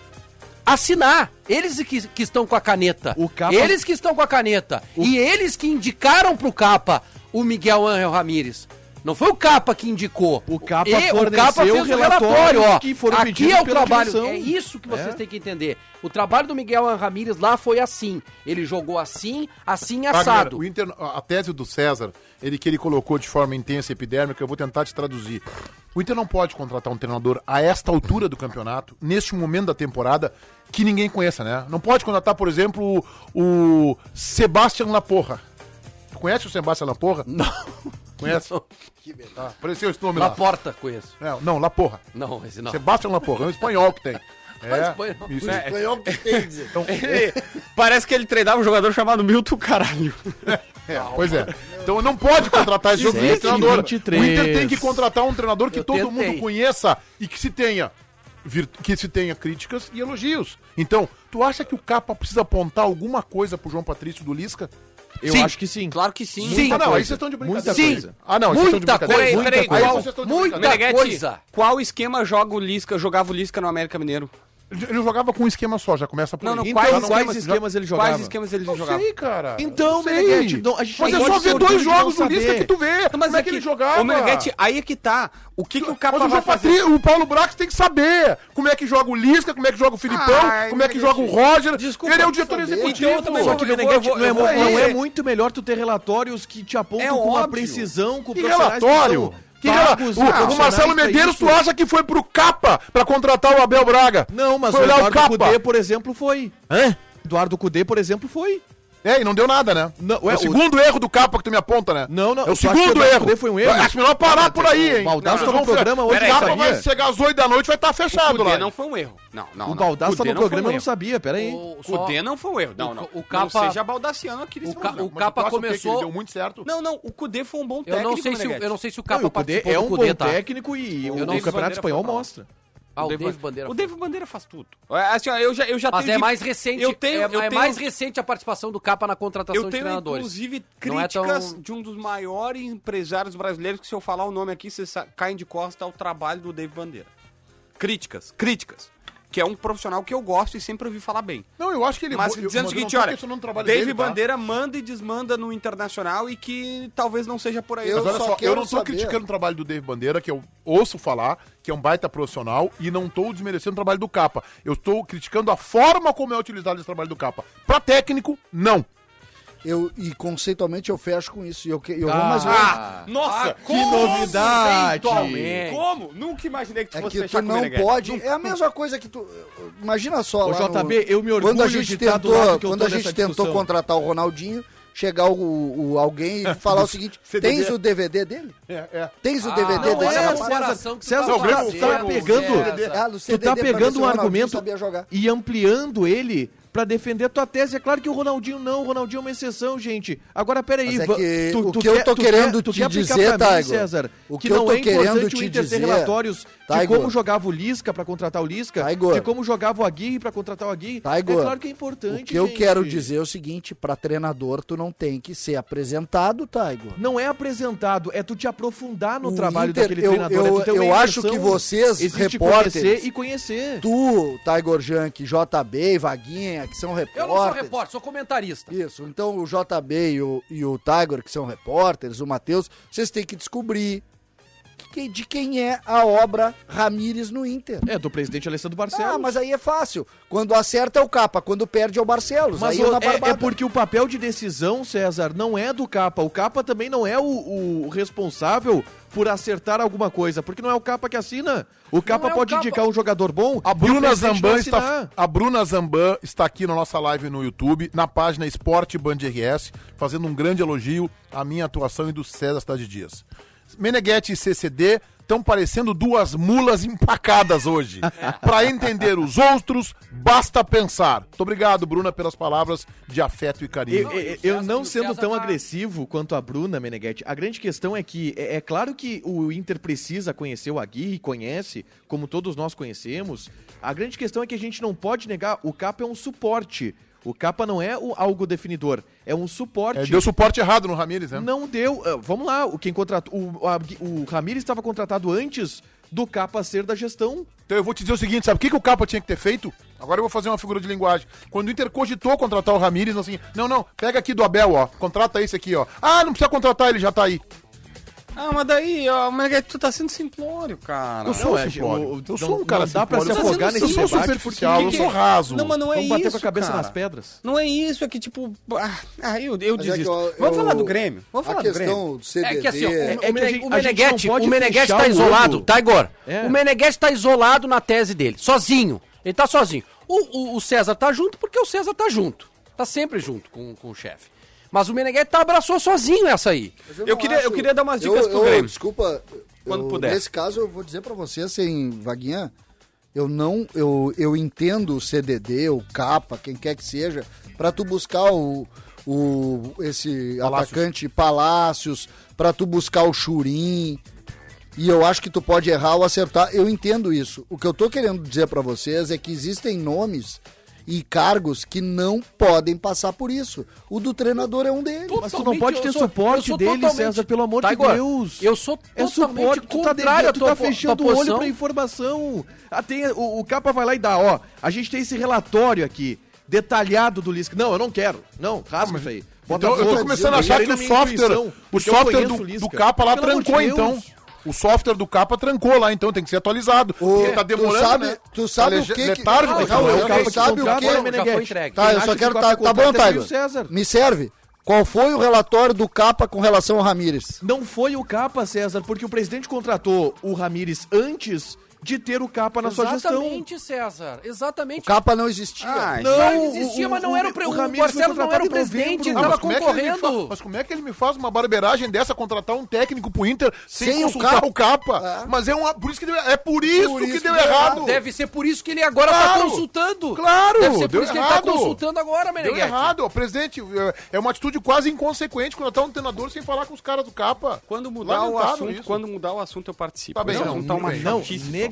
assinar. Eles que, que estão com a caneta. O Capa- Eles que estão com a caneta. E eles que indicaram pro Capa o Miguel Ángel Ramírez. Não foi o Capa que indicou. O Capa E forneceu o Capa fez o relatórios relatório, ó. que foram Aqui pedidos é o pela trabalho. direção. É isso que vocês É. têm que entender. O trabalho do Miguel Ángel Ramírez lá foi assim. Ele jogou assim, assim, Wagner, assado. o Inter, a tese do César, ele que ele colocou de forma intensa e epidérmica, eu vou tentar te traduzir. O Inter não pode contratar um treinador a esta altura do campeonato, neste momento da temporada, que ninguém conheça, né? Não pode contratar, por exemplo, o, o Sebastião Laporra. Tu conhece o Sebastião Laporra? Não. Conhece? Não. Ah, apareceu esse nome lá. Laporta, conheço. É, não, Laporra. Não, esse não. Sebastião Laporra, é um espanhol que tem. É, espanhol. isso aí. Espanhol que tem que dizer. Então, Ele- parece que ele treinava um jogador chamado Milton Caralho. É, pois é. Então não pode contratar esse jogo de Sete e treinador. vinte e três. O Inter tem que contratar um treinador que Eu todo tentei. mundo conheça e que se tenha vir- que se tenha críticas e elogios. Então, tu acha que o Capa precisa apontar alguma coisa pro João Patrício do Lisca? Eu Sim. acho que sim. Claro que sim. Sim. Ah, não, aí coisa. vocês estão de Muita brincadeira. coisa. Ah, não, vocês estão de Muita brincadeira. coisa, Muita peraí, coisa. qual- Aí vocês estão de muita brincadeira. Meneghetti, coisa. qual esquema joga o Lisca, jogava o Lisca no América Mineiro? Ele jogava com um esquema só, já começa por Não, aí. não, Então, quais, quais esquemas, esquemas ele jogava? Quais esquemas ele Não jogava? sei, cara. Então, Não sei. Meneghetti, não, a gente Mas não é só pode ver ser dois orgulho de jogos não do Lisca saber. que tu vê Mas como é que ele jogava. Ô, Meneghetti, aí é que tá. O que, que o Capa Mas o vai João fazer? Patrício, o Paulo Brax tem que saber como é que joga o Lisca, como é que joga o Filipão, Ai, como é que Meneghetti. joga o Roger. Desculpa, ele é o diretor saber. executivo. Então, eu também Só vou- que, eu vou- Meneghetti, eu vou- não, é, eu vou- não é é- muito melhor tu ter relatórios que te apontam É com uma óbvio. precisão, com Que profissionais relatório? que Que são rela- pagos o, e o profissionais Marcelo pra Medeiros, isso. tu acha que foi pro Capa pra contratar o Abel Braga? Não, mas Foi o olhar o Eduardo Capa. Cudê, por exemplo, foi. Hã? Eduardo Cudê, por exemplo, foi. É, e não deu nada, né? Não, é ué, o o- segundo erro do Capa que tu me aponta, né? Não, não, É o tu acha que segundo o Eduardo erro. Cudê foi um erro? Acho melhor parar por aí, hein? O Baldasso Não, tá no não, programa hoje, O peraí, não Capa sabia? vai chegar às oito da noite e vai estar fechado O Cudê lá. não foi um erro. Não, não, O não. Baldasso tá Cudê no não foi programa, um eu não erro. sabia, peraí. O, só- Cudê não foi um erro. Não, O- não. o Capa- Não seja baldaciano aqui nesse o Ca- programa. o Capa Mas tu acha o quê? Que começou- ele deu muito certo. Não, não. O Cudê foi um bom Eu técnico, não sei se, o- Meneghetti. eu não sei se o Não, Capa o Cudê participou é do um Cudê, bom tá? técnico e Eu o não- Campeonato Bandeira Espanhol foi pra lá. mostra. Ah, o David- David Bandeira. O David Bandeira faz tudo. É, Assim, ó, eu já, eu já Mas tenho é de- mais recente, Eu tenho, é, eu é tenho, mais recente a participação do Capa na contratação eu de tenho treinadores. inclusive Não é críticas tão- de um dos maiores empresários brasileiros que se eu falar o nome aqui, vocês sa- caem de costa ao trabalho do David Bandeira. Críticas, críticas. que é um profissional que eu gosto e sempre ouvi falar bem. Não, eu acho que ele... Mas eu- dizendo o eu seguinte, não tô olha, questionando o trabalho David dele, tá? Bandeira manda e desmanda no Internacional e que talvez não seja por aí. Eu Mas olha só só, eu quero não tô saber. criticando o trabalho do David Bandeira, que eu ouço falar, que é um baita profissional, e não tô desmerecendo o trabalho do Capa. Eu estou criticando a forma como é utilizado esse trabalho do Capa. Pra técnico, não. Eu, e conceitualmente eu fecho com isso. E eu, que- eu vou Ah, mais longe. Ah, nossa, que novidade! Conceitualmente. Como? Nunca imaginei que tu É fosse que fechar tu com o não Meneghetti. pode. Nunca. É a mesma coisa que tu. Imagina só. Ô, lá J no- B, eu me orgulho quando a de gente estar do tentou, lado que eu quando tô a gente nessa tentou discussão. contratar o Ronaldinho, chegar o, o- alguém e falar o seguinte: C D D. tens o D V D dele? É, é. Tens o Ah, D V D não desse é rapaz? comparação que tu César, tá tu tá- fazendo, tu tá pegando- César. Ah, no Tu C D D tá pra ver pegando se um o Ronaldinho argumento sabia jogar. e ampliando ele pra defender a tua tese. É claro que o Ronaldinho não, o Ronaldinho é uma exceção, gente. Agora, peraí. Mas é va- que tu, o tu que eu quer- tô tu querendo quer, tu te quer aplicar dizer, pra mim, Taigo, César, o que, que eu não tô é querendo importante o te Inter ter dizer, relatórios de Taigo. como jogava o Lisca pra contratar o Lisca, Taigo. de como jogava o Aguirre pra contratar o Aguirre. Taigo, É claro que é importante, O que eu gente. quero dizer é o seguinte: pra treinador, tu não tem que ser apresentado, Taigo. Não é apresentado, é tu te aprofundar no O trabalho Inter, daquele eu- treinador. eu- é tu ter uma eu acho imersão. que vocês, Existe repórteres, conhecer e conhecer. Tu, Tiger Junk, J B e Vaguinha, que são repórteres. Eu não sou repórter, sou comentarista. Isso, então o J B e o, e o Tiger, que são repórteres, o Matheus, vocês têm que descobrir que- de quem é a obra Ramírez no Inter. É, do presidente Alessandro Barcelos. Ah, mas aí é fácil. Quando acerta é o Capa, quando perde é o Barcelos. Mas aí é o- uma é, barbada. é porque o papel de decisão, César, não é do Capa. O Capa também não é o, o responsável por acertar alguma coisa, porque não é o Capa que assina. O Capa é o pode Capa. indicar um jogador bom. A e o Bruna presidente Zamban não está, assinar. a Bruna Zamban está aqui na nossa live no YouTube, na página Esporte Band R S, fazendo um grande elogio à minha atuação e do César Cidade Dias. Meneghetti e C C D estão parecendo duas mulas empacadas hoje. Para entender os outros, basta pensar. Muito obrigado, Bruna, pelas palavras de afeto e carinho. Eu, eu- eu não e o sendo César tão tá- agressivo quanto a Bruna Meneghetti, a grande questão é que é, é claro que o Inter precisa conhecer o Aguirre, conhece, como todos nós conhecemos. A grande questão é que a gente não pode negar, o Capa é um suporte. O Capa não é o- algo definidor, é um suporte. É, deu suporte errado no Ramírez, né? Não deu. ah, Vamos lá, o quem contratou. O, a- o Ramírez estava contratado antes do Capa ser da gestão. Então eu vou te dizer o seguinte, sabe o que, que o Capa tinha que ter feito? Agora eu vou fazer uma figura de linguagem. Quando o Inter cogitou contratar o Ramírez, assim, não, não, pega aqui do Abel, ó, contrata esse aqui, ó. Ah, não precisa contratar, ele já tá aí. Ah, mas daí, ó, Meneghetti, tu tá sendo simplório, cara. Eu sou Não, é, simplório. o- Eu não- sou um cara não dá pra simplório. se afogar Eu nesse sou debate, superficial, eu porque- sou raso. Não, mas não é Vamos isso, bater com a cabeça cara. nas pedras. Não é isso, é que tipo... Ah, ah, eu, eu Mas é que desisto. eu- Vamos eu- falar do Grêmio. Vamos falar A do Grêmio. questão do C D D... É que assim, ó, o, é o, que a Mene- gente- o a gente Meneghetti, não pode o Meneghetti fechar tá o isolado, olho. tá, Igor? É. O Meneghetti tá isolado na tese dele, sozinho. Ele tá sozinho. O, o, o César tá junto porque o César tá junto. Tá sempre junto com, com o chefe. Mas o Meneghetti tá abraçou sozinho essa aí. Mas Eu não queria- eu queria dar umas dicas eu, pro eu- Grêmio. Desculpa, Quando eu- puder. Nesse caso, eu vou dizer pra você, assim, Vaguinha, eu não, eu, eu entendo o C D D, o Capa, quem quer que seja, pra tu buscar o, o esse Palácios. atacante Palácios, pra tu buscar o Churim, e eu acho que tu pode errar ou acertar, eu entendo isso. O que eu tô querendo dizer pra vocês é que existem nomes e cargos que não podem passar por isso. O do treinador é um deles. Mas tu não pode Eu ter sou- suporte eu sou dele, totalmente- César, pelo amor Tá, de Igor? Deus. Eu sou É totalmente suporte, tu tá, contrário à tu tua tá po- fechando tua o olho posição. pra informação. Ah, tem- o, o Capa vai lá e dá, ó, a gente tem esse relatório aqui, detalhado do Lisca. Não, eu não quero. Não, rasga isso aí. Bota Então, eu tô fogo. começando a Eu achar quero que ir o na minha software, intuição, o porque eu software conheço do, o Lisca. do Capa lá Pelo amor de trancou, Deus. então. O software do Capa trancou lá, então tem que ser atualizado. O- Ele tá demorando, tu sabe, né? tu sabe Tá o que que... letárgico, Não, então, Raul, é o tu Capa que sabe o contrata que... o Já foi Meneghetti. entregue. Tá, Quem eu acha só que quero... o Tá, Capa tá bom, contrata é Taigo. o César. Me serve. Qual foi o relatório do Capa com relação ao Ramírez? Não foi o Capa, César, porque o presidente contratou o Ramírez antes de ter o Capa na sua gestão. Exatamente, César. Exatamente. O Capa não existia. Ah, Não, Não, o- existia, o- mas não o- era o, pre... o o, Ramírez foi Marcelo não era o contratado em presidente, ele novembro. Ah, tava mas como é que ele me concorrendo. fa- mas como é que ele me faz uma barbeiragem dessa, contratar um técnico pro Inter sem, Sem o consultar Capa? o Capa? É. Mas é, uma, por isso que deu, é por isso, Por que, isso deu que deu errado. errado. Deve ser por isso que ele agora tá Claro. consultando. Claro, Deve ser por deu isso que ele errado. tá consultando agora, Deu Meneghetti. errado, ó, presidente. é- É uma atitude quase inconsequente contratar um treinador sem falar com os caras do Capa. Quando mudar o Lamentável assunto, isso. quando mudar o assunto eu participo. Tá bem, Esse não, assunto tá uma Não, chatice só. nega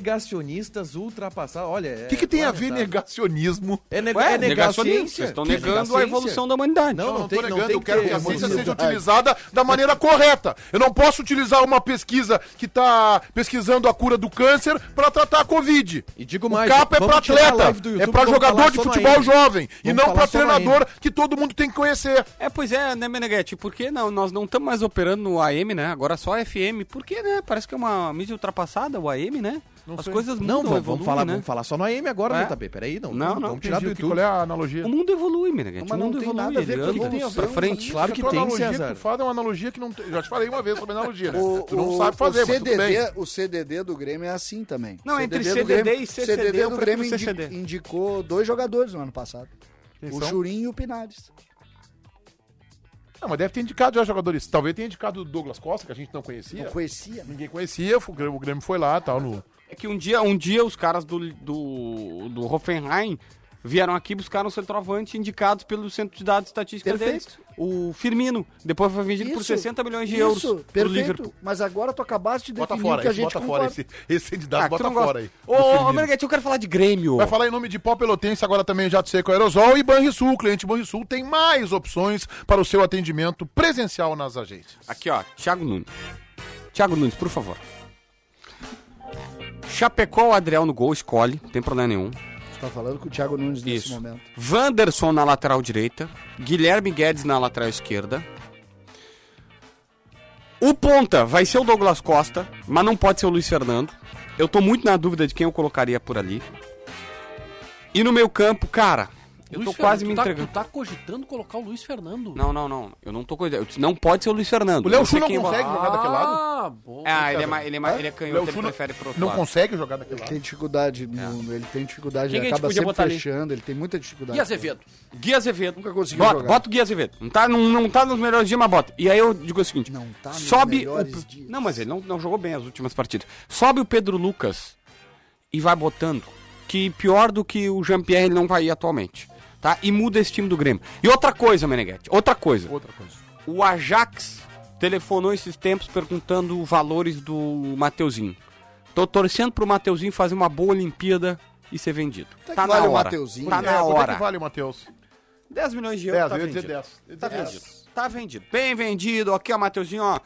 Negacionistas ultrapassados. Olha. O que, que tem a ver negacionismo? É, neg Ué, é negar a negacionismo. ciência. Vocês estão Que negando negar a ciência? evolução da humanidade. Não, Não, não, não tem, tô não negando, tem eu quero que, ter a ciência seja verdade. utilizada da maneira correta. Eu não posso utilizar uma pesquisa que tá pesquisando a cura do câncer pra tratar a Covid. E digo O mais, capa é pra vamos tirar a atleta, live do YouTube, é pra vamos jogador falar de só no futebol A M. jovem e Vamos não falar pra só no treinador que todo mundo tem que conhecer. É, pois é, né, Meneghete? Por que não? Nós não estamos mais operando no A M, né? Agora só F M. Por que, né? Parece que é uma mídia ultrapassada, o A M, né? Não As sei. coisas mudam, Não, vamos, evoluem, vamos, falar, né? vamos falar só no A M agora, É? J P. Peraí, não. Não, não, vamos tirar do Entendi, YouTube. qual é a analogia? O mundo evolui, Meneghete. Mas O mundo não tem evolui, nada a ver ele com anda o que tem a ver pra com frente. isso. Claro que A tua tem, analogia que César. tu faz é uma analogia que não tem. Já te falei uma vez sobre analogia, né? O, tu não o- sabe fazer, o mas tudo bem. C D D, o C D D do Grêmio é assim também. Não, O entre do C D D Grêmio- e C C D, C D D eu do prefiro Grêmio C C D. indi- indicou dois jogadores no ano passado. Quem O são? Churinho e o Pinares. Não, mas deve ter indicado já jogadores. Talvez tenha indicado o Douglas Costa, que a gente não conhecia. Não conhecia. Ninguém conhecia, o Grêmio, o Grêmio foi lá tal. No... É que um dia, um dia os caras do, do, do Hoffenheim vieram aqui buscar um centroavante indicados pelo Centro de Dados Estatísticas Perfeito. deles. O Firmino. Depois foi vendido por Isso, sessenta milhões de Isso, euros pro perfeito. Liverpool. Mas agora tu acabaste de Bota definir fora, o que a esse, gente bota fora. concorda. Esse, esse candidato, Ah, que tu bota não gosta. fora aí. Ô, do ô, Firmino. Meneghete, eu quero falar de Grêmio. Vai falar em nome de Pó Pelotense, agora também Jato Seco Aerosol e Banrisul. O cliente Banrisul tem mais opções para o seu atendimento presencial nas agências. Aqui, ó, Thiago Nunes. Thiago Nunes, por favor. Chapecó ou Adriel no gol, escolhe, não tem problema nenhum. Tu tá falando com o Thiago Nunes nesse Isso. momento. Wanderson na lateral direita, Guilherme Guedes na lateral esquerda. O ponta vai ser o Douglas Costa, mas não pode ser o Luiz Fernando. Eu tô muito na dúvida de quem eu colocaria por ali. E no meio campo, cara, eu Luiz tô Fernando, quase me tu tá- entregando. Tu tá cogitando colocar o Luiz Fernando? Não, não, não. Eu não tô com ideia. Eu disse, não pode ser o Luiz Fernando. O Léo Eu sei Chu não quem consegue botar. jogar daquele lado? Ah, bom. Ah, ele é, mais, ele é, mais, ele é Léo canhoto, ele Chu não- prefere pro outro Não lado. consegue jogar daquele Ele lado. tem dificuldade, no- ele tem dificuldade, Quem que ele a gente acaba podia sempre botar ali? fechando, ele tem muita dificuldade. E Azevedo? Gui Azevedo. Nunca conseguiu Bota, jogar. bota o Gui Azevedo. Não tá, não, não tá nos melhores dias, mas bota. E aí eu digo o seguinte: Não tá nos sobe melhores o... dias. Não, mas ele não, não jogou bem as últimas partidas. Sobe o Pedro Lucas e vai botando. Que pior do que o Jean-Pierre ele não vai ir atualmente. Tá? E muda esse time do Grêmio. E outra coisa, Meneghete. Outra coisa. Outra coisa. O Ajax telefonou esses tempos perguntando valores do Mateuzinho. Tô torcendo pro Mateuzinho fazer uma boa Olimpíada e ser vendido. Até Tá que na vale o hora. Mateuzinho. Tá É, na quanto é hora. que vale o Matheus? dez milhões de euros dez, tá eu ia vendido. dizer dez. Eu ia Tá dizer vendido. dez. Tá vendido. Bem vendido. Aqui, ó, Mateuzinho, ó.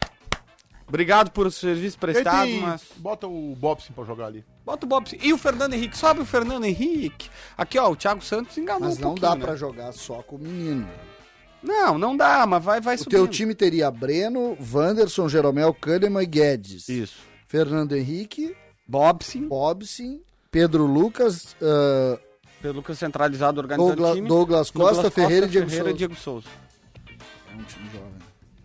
Obrigado por serviço Ele prestado, tem- mas... Bota o Bobson pra jogar ali. Bota o Bob. E o Fernando Henrique. Sobe o Fernando Henrique. Aqui, ó, o Thiago Santos enganou Mas um não pouquinho, dá né? pra jogar só com o menino. Não, não dá, mas vai, vai O subindo. teu time teria Breno, Wanderson, Jeromel, Kahneman e Guedes. Isso. Fernando Henrique, Bobson. Bobson, Pedro Lucas, ah, Pedro Lucas centralizado, organizando o Douglas, time. Douglas Costa, Douglas Ferreira e Diego Ferreira e Souza. Diego Souza. É um time jovem.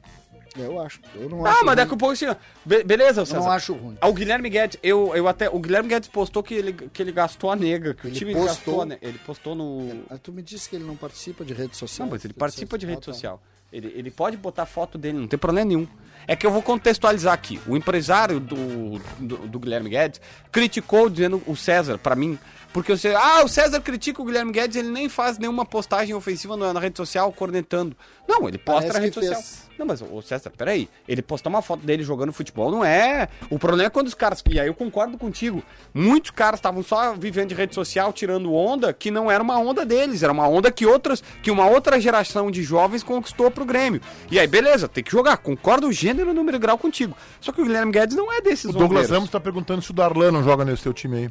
Eu acho. Eu não Ah, acho mas daqui a ruim. pouco assim, ó. Be- beleza, Eu César. não acho ruim. Ah, o Guilherme Guedes, eu, eu até. O Guilherme Guedes postou que ele, que ele gastou a nega. Que Ele o time postou? gastou a nega. Ele postou no. Mas tu me disse que ele não participa de rede social. Não, mas ele Tu participa de disseste- rede Ah, tá. social. Ele, ele pode botar foto dele, não tem problema nenhum. É que eu vou contextualizar aqui. O empresário do, do, do Guilherme Guedes criticou dizendo o César, pra mim, porque você. Ah, o César critica o Guilherme Guedes, ele nem faz nenhuma postagem ofensiva na, na rede social cornetando. Não, ele posta Parece na rede que social. fez. Não, mas, ô César, peraí. Ele postar uma foto dele jogando futebol não é. O problema é quando os caras. E aí eu concordo contigo. Muitos caras estavam só vivendo de rede social, tirando onda, que não era uma onda deles, era uma onda que outras. Que uma outra geração de jovens conquistou pro Grêmio. E aí, beleza, tem que jogar. Concordo o gênero, número e grau contigo. Só que o Guilherme Guedes não é desses O Douglas ondeiros. Ramos tá perguntando se o Darlan não joga nesse teu time aí.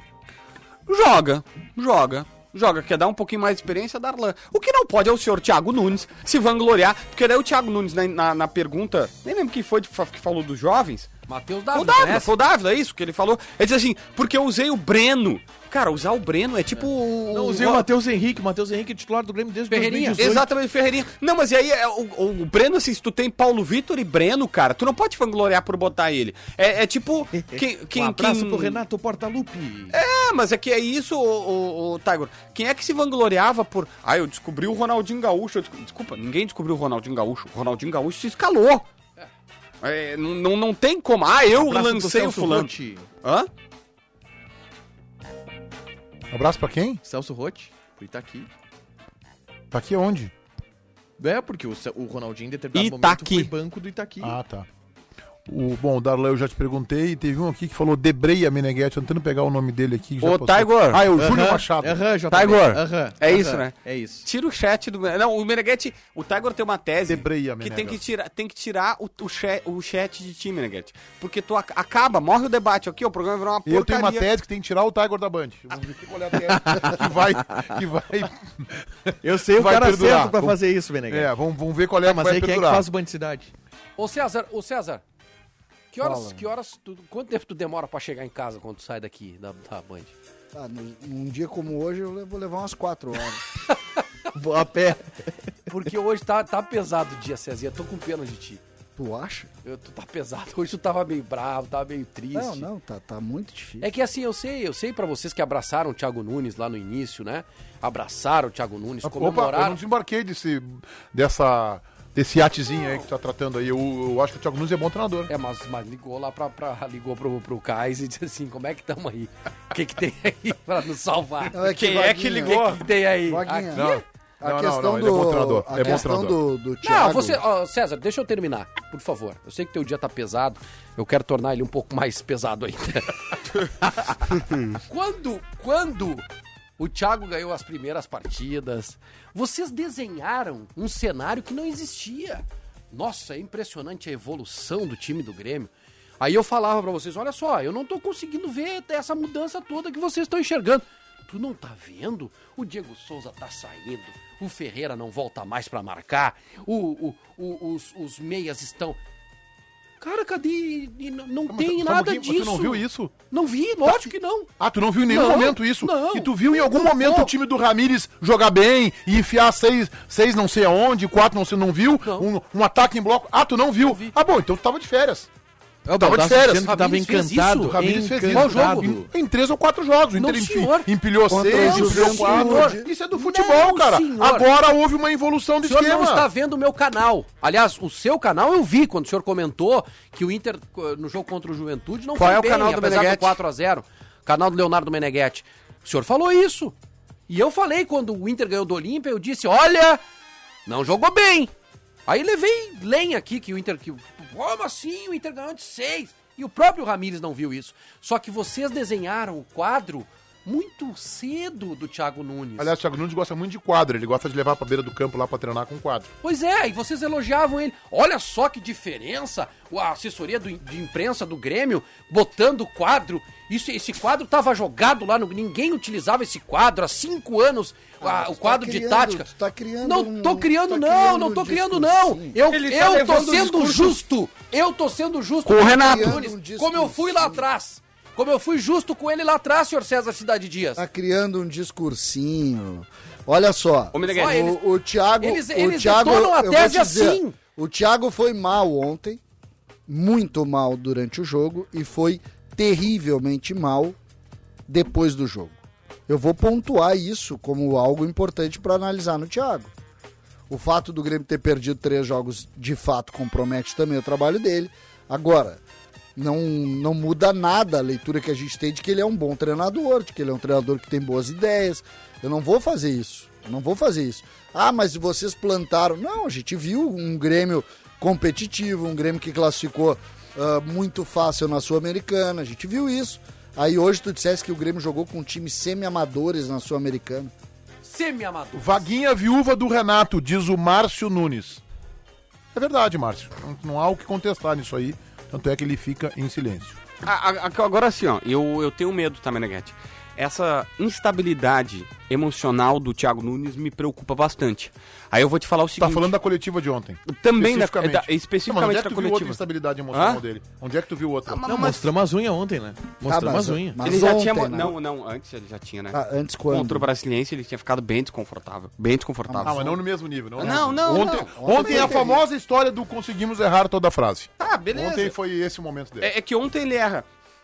Joga, joga. Joga, quer dar um pouquinho mais de experiência, Darlan. O que não pode é o senhor Thiago Nunes se vangloriar, porque daí o Thiago Nunes, na, na, na pergunta, nem lembro quem foi de- que falou dos jovens, Matheus foi o Dávila, Dávila, conhece? foi o Dávila, é isso que ele falou. Ele disse assim, porque eu usei o Breno. Cara, usar o Breno é tipo... o- Não, usei o Matheus Henrique. O Matheus Henrique é titular do Grêmio desde Ferreirinha. dois mil e dezoito. Exatamente, Ferreirinha. Não, mas e aí, é, o, o Breno, assim, se tu tem Paulo Vitor e Breno, cara, tu não pode vangloriar por botar ele. É, é tipo... Quem, quem, Um abraço quem... pro Renato Portaluppi. É, mas é que é isso, o, o, o Tiger. Quem é que se vangloriava por... Ah, eu descobri o Ronaldinho Gaúcho. Eu desco- Desculpa, ninguém descobriu o Ronaldinho Gaúcho. O Ronaldinho Gaúcho se escalou. É, não, não, não tem como. Ah, eu Abraço pro lancei o Celso fulano. Rotti. Hã? Um abraço pra quem? Celso Rotti, pro Itaqui. Tá aqui onde? É, porque o, Ce- o Ronaldinho em determinado Itaqui. momento foi banco do Itaqui. Ah, tá. O, bom, o Darlan eu já te perguntei, teve um aqui que falou Debreia Meneghetti, eu tô tentando pegar o nome dele aqui. já Ô, passou. Tiger. Ah, é o Aham, Júnior Machado. Aham, J B. Tiger. Aham, É aham, isso, né? É isso. Tira o chat do. Não, o Meneghetti. O Tiger tem uma tese Debreia, que tem Menegas. que tirar, tem que tirar o, o, chat, o chat de ti, Meneghetti. Porque tu ac- acaba, morre o debate aqui, o programa virou uma E eu tenho porcaria. uma tese que tem que tirar o Tiger da Band. Vamos ver qual é a tese que vai. Que vai Eu sei o Vai cara perdurar. certo pra Vamos- fazer isso, Meneghete. é, vamos, vamos ver qual é a Mas vai aí quem é que perdurar. faz o bandicidade? Ô César, ô César, que horas, Fala. que horas, tu, quanto tempo tu demora pra chegar em casa quando tu sai daqui da, da Band? Ah, no- num dia como hoje eu le- vou levar umas quatro horas. Vou a pé. Porque hoje tá, tá pesado o dia, Cezinha, tô com pena de ti. Tu acha? Eu, tu tá pesado, hoje tu tava meio bravo, tava meio triste. Não, não, tá, tá muito difícil. É que assim, eu sei, eu sei pra vocês que abraçaram o Thiago Nunes lá no início, né? Abraçaram o Thiago Nunes, Opa, eu comemoraram. não desembarquei desse, dessa, desse iatezinho aí que tu tá tratando aí. Eu, eu acho que o Thiago Nunes é bom treinador. É, mas, mas ligou lá pra, pra ligou pro, pro Cais e disse assim, como é que tamo aí? O que que tem aí pra nos salvar? Não, é Quem Vaguinha- é que O ligou? que que tem aí? Vaguinha, Aqui? Não. A Não, não, questão não, ele é do, bom treinador, a é bom questão treinador. do, do Thiago... Não, você, ó, César, deixa eu terminar, por favor. Eu sei que teu dia tá pesado, eu quero tornar ele um pouco mais pesado ainda. quando, quando o Thiago ganhou as primeiras partidas, vocês desenharam um cenário que não existia. Nossa, é impressionante a evolução do time do Grêmio. Aí eu falava pra vocês, olha só, eu não tô conseguindo ver essa mudança toda que vocês estão enxergando. Tu não tá vendo? O Diego Souza tá saindo, o Ferreira não volta mais pra marcar, o, o, o- os, os meias estão... Cara, cadê? E não não Mas, tem só um nada pouquinho, disso. Tu não viu isso? Não vi, lógico que não. Ah, tu não viu em nenhum Não, momento isso? não. E tu viu em algum Não, momento não. o time do Ramires jogar bem e enfiar seis, seis não sei aonde, quatro não sei, não viu? Não. Um, um ataque em bloco. Ah, tu não viu? vi. Ah, bom, então tu tava de férias. Eu Tava de férias. dizendo que tava Ramires fez encantado. isso. O Ramires fez isso. encantado. Em, em três ou quatro jogos. O Não, Inter enfi- senhor. empilhou Contra seis, o empilhou Juventude. quatro. Isso é do futebol, Não, cara. senhor. Agora houve uma evolução do O senhor esquema. não está vendo o meu canal. Aliás, o seu canal eu vi quando o senhor comentou que o Inter, no jogo contra o Juventude, não Qual foi é o bem, canal do apesar Meneghetti? do quatro a zero. Canal do Leonardo Meneghetti. O senhor falou isso. E eu falei, quando o Inter ganhou do Olímpia, eu disse, olha, não jogou bem. Aí levei lenha aqui, que o Inter... Que, como assim? O Inter ganhou de seis. E o próprio Ramires não viu isso. Só que vocês desenharam o quadro muito cedo do Thiago Nunes. Aliás, o Thiago Nunes gosta muito de quadro. Ele gosta de levar pra beira do campo lá pra treinar com quadro. Pois é, e vocês elogiavam ele. Olha só que diferença, a assessoria do- de imprensa do Grêmio botando o quadro. Isso, esse quadro tava jogado lá, no, ninguém utilizava esse quadro há cinco anos, Ah, a- tu o tá quadro de criando- tática. tu tá criando não um- tô criando tá não, criando não tô um criando não. discursinho. Eu, Ele tá eu tô levando o sendo discurso- justo. Eu tô sendo justo Com o com Renato. Nunes, Um como eu fui lá discursinho. atrás. Como eu fui justo com ele lá atrás, senhor César Cidade Dias. Tá criando um discursinho. Olha só. Ô, Meneghetti. Ó, eles- o, o Thiago, eles- o eles Thiago, detonam a eu vou tese te dizer, assim. O Thiago foi mal ontem, muito mal durante o jogo e foi terrivelmente mal depois do jogo. Eu vou pontuar isso como algo importante para analisar no Thiago. O fato do Grêmio ter perdido três jogos de fato compromete também o trabalho dele. Agora, não, não muda nada a leitura que a gente tem de que ele é um bom treinador, de que ele é um treinador que tem boas ideias. Eu não vou fazer isso. Eu não vou fazer isso. Ah, mas vocês plantaram. Não, a gente viu um Grêmio competitivo, um Grêmio que classificou ah, muito fácil na Sul-Americana. A gente viu isso. Aí hoje tu dissesse que o Grêmio jogou com times semi-amadores na Sul-Americana. Semi-amador. Vaguinha viúva do Renato, diz o Márcio Nunes. É verdade, Márcio. Não, não há o que contestar nisso aí. Tanto é que ele fica em silêncio. A- a- Agora assim, ó, eu, eu tenho medo, tá, Meneghetti? Essa instabilidade emocional do Thiago Nunes me preocupa bastante. Aí eu vou te falar o Tá seguinte... falando da coletiva de ontem. Também da, especificamente. da, Não, mas onde especificamente é que da tu viu outra coletiva. instabilidade emocional Hã? dele? Onde é que tu viu outra? mas- Não, mostramos as unhas ontem, né? Mostramos mas- as unhas. mas Ele já tinha... ontem, mo- né? Não, não, antes ele já tinha, né? Ah, antes quando? Contra o Brasiliense ele tinha ficado bem desconfortável. Bem desconfortável. Ah, mas não no mesmo nível. Não, Não, não, Ontem, não. ontem é a famosa história do conseguimos errar toda a frase. Tá, beleza. Ontem foi esse o momento dele. É, é que ontem ele erra.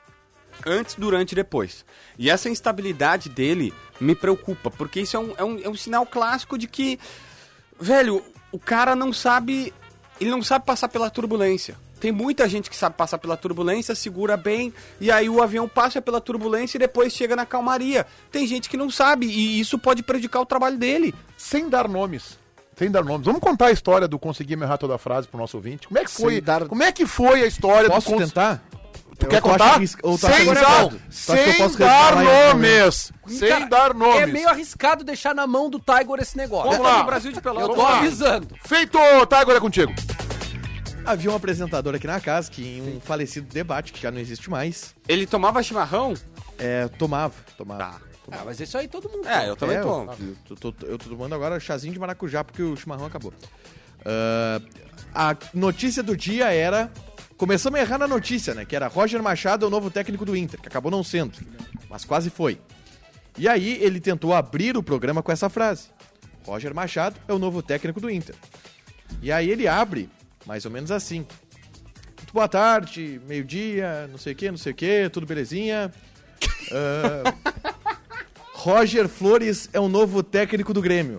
Antes, durante e depois. E essa instabilidade dele me preocupa, porque isso é um, é um, é um sinal clássico de que, velho, o cara não sabe. Ele não sabe passar pela turbulência. Tem muita gente que sabe passar pela turbulência, segura bem, e aí o avião passa pela turbulência e depois chega na calmaria. Tem gente que não sabe, e isso pode prejudicar o trabalho dele. Sem dar nomes. Sem dar nomes. Vamos contar a história do Conseguir Me Errar Toda a Frase pro nosso ouvinte. Como é que foi, Sem dar- como é que foi a história Posso do... cons- tentar? Tu Eu quer tô achando contar? arris- ou tu Sem acha que é dar, errado? Tu acha que eu sem posso dar revelar esse nomes. Sem Cara, dar nomes. É meio arriscado deixar na mão do Tiger esse negócio. Vamos lá. No Brasil de Pelotas. Eu tô Vamos lá. avisando. Feito, Tiger, é contigo. Havia um apresentador aqui na casa que em um falecido debate, que já não existe mais, Ele tomava chimarrão? é, tomava, tomava. Tá. Ah, mas isso aí todo mundo. É, eu também É, tomo. Eu, eu, tô- eu tô tomando agora chazinho de maracujá porque o chimarrão acabou. Ah, a notícia do dia era... Começamos a errar na notícia, né? Que era Roger Machado é o novo técnico do Inter, que acabou não sendo, mas quase foi. E aí ele tentou abrir o programa com essa frase. Roger Machado é o novo técnico do Inter. E aí ele abre, mais ou menos assim. Muito boa tarde, meio-dia, não sei o que, não sei o que, tudo belezinha. Ah, Roger Flores é o novo técnico do Grêmio.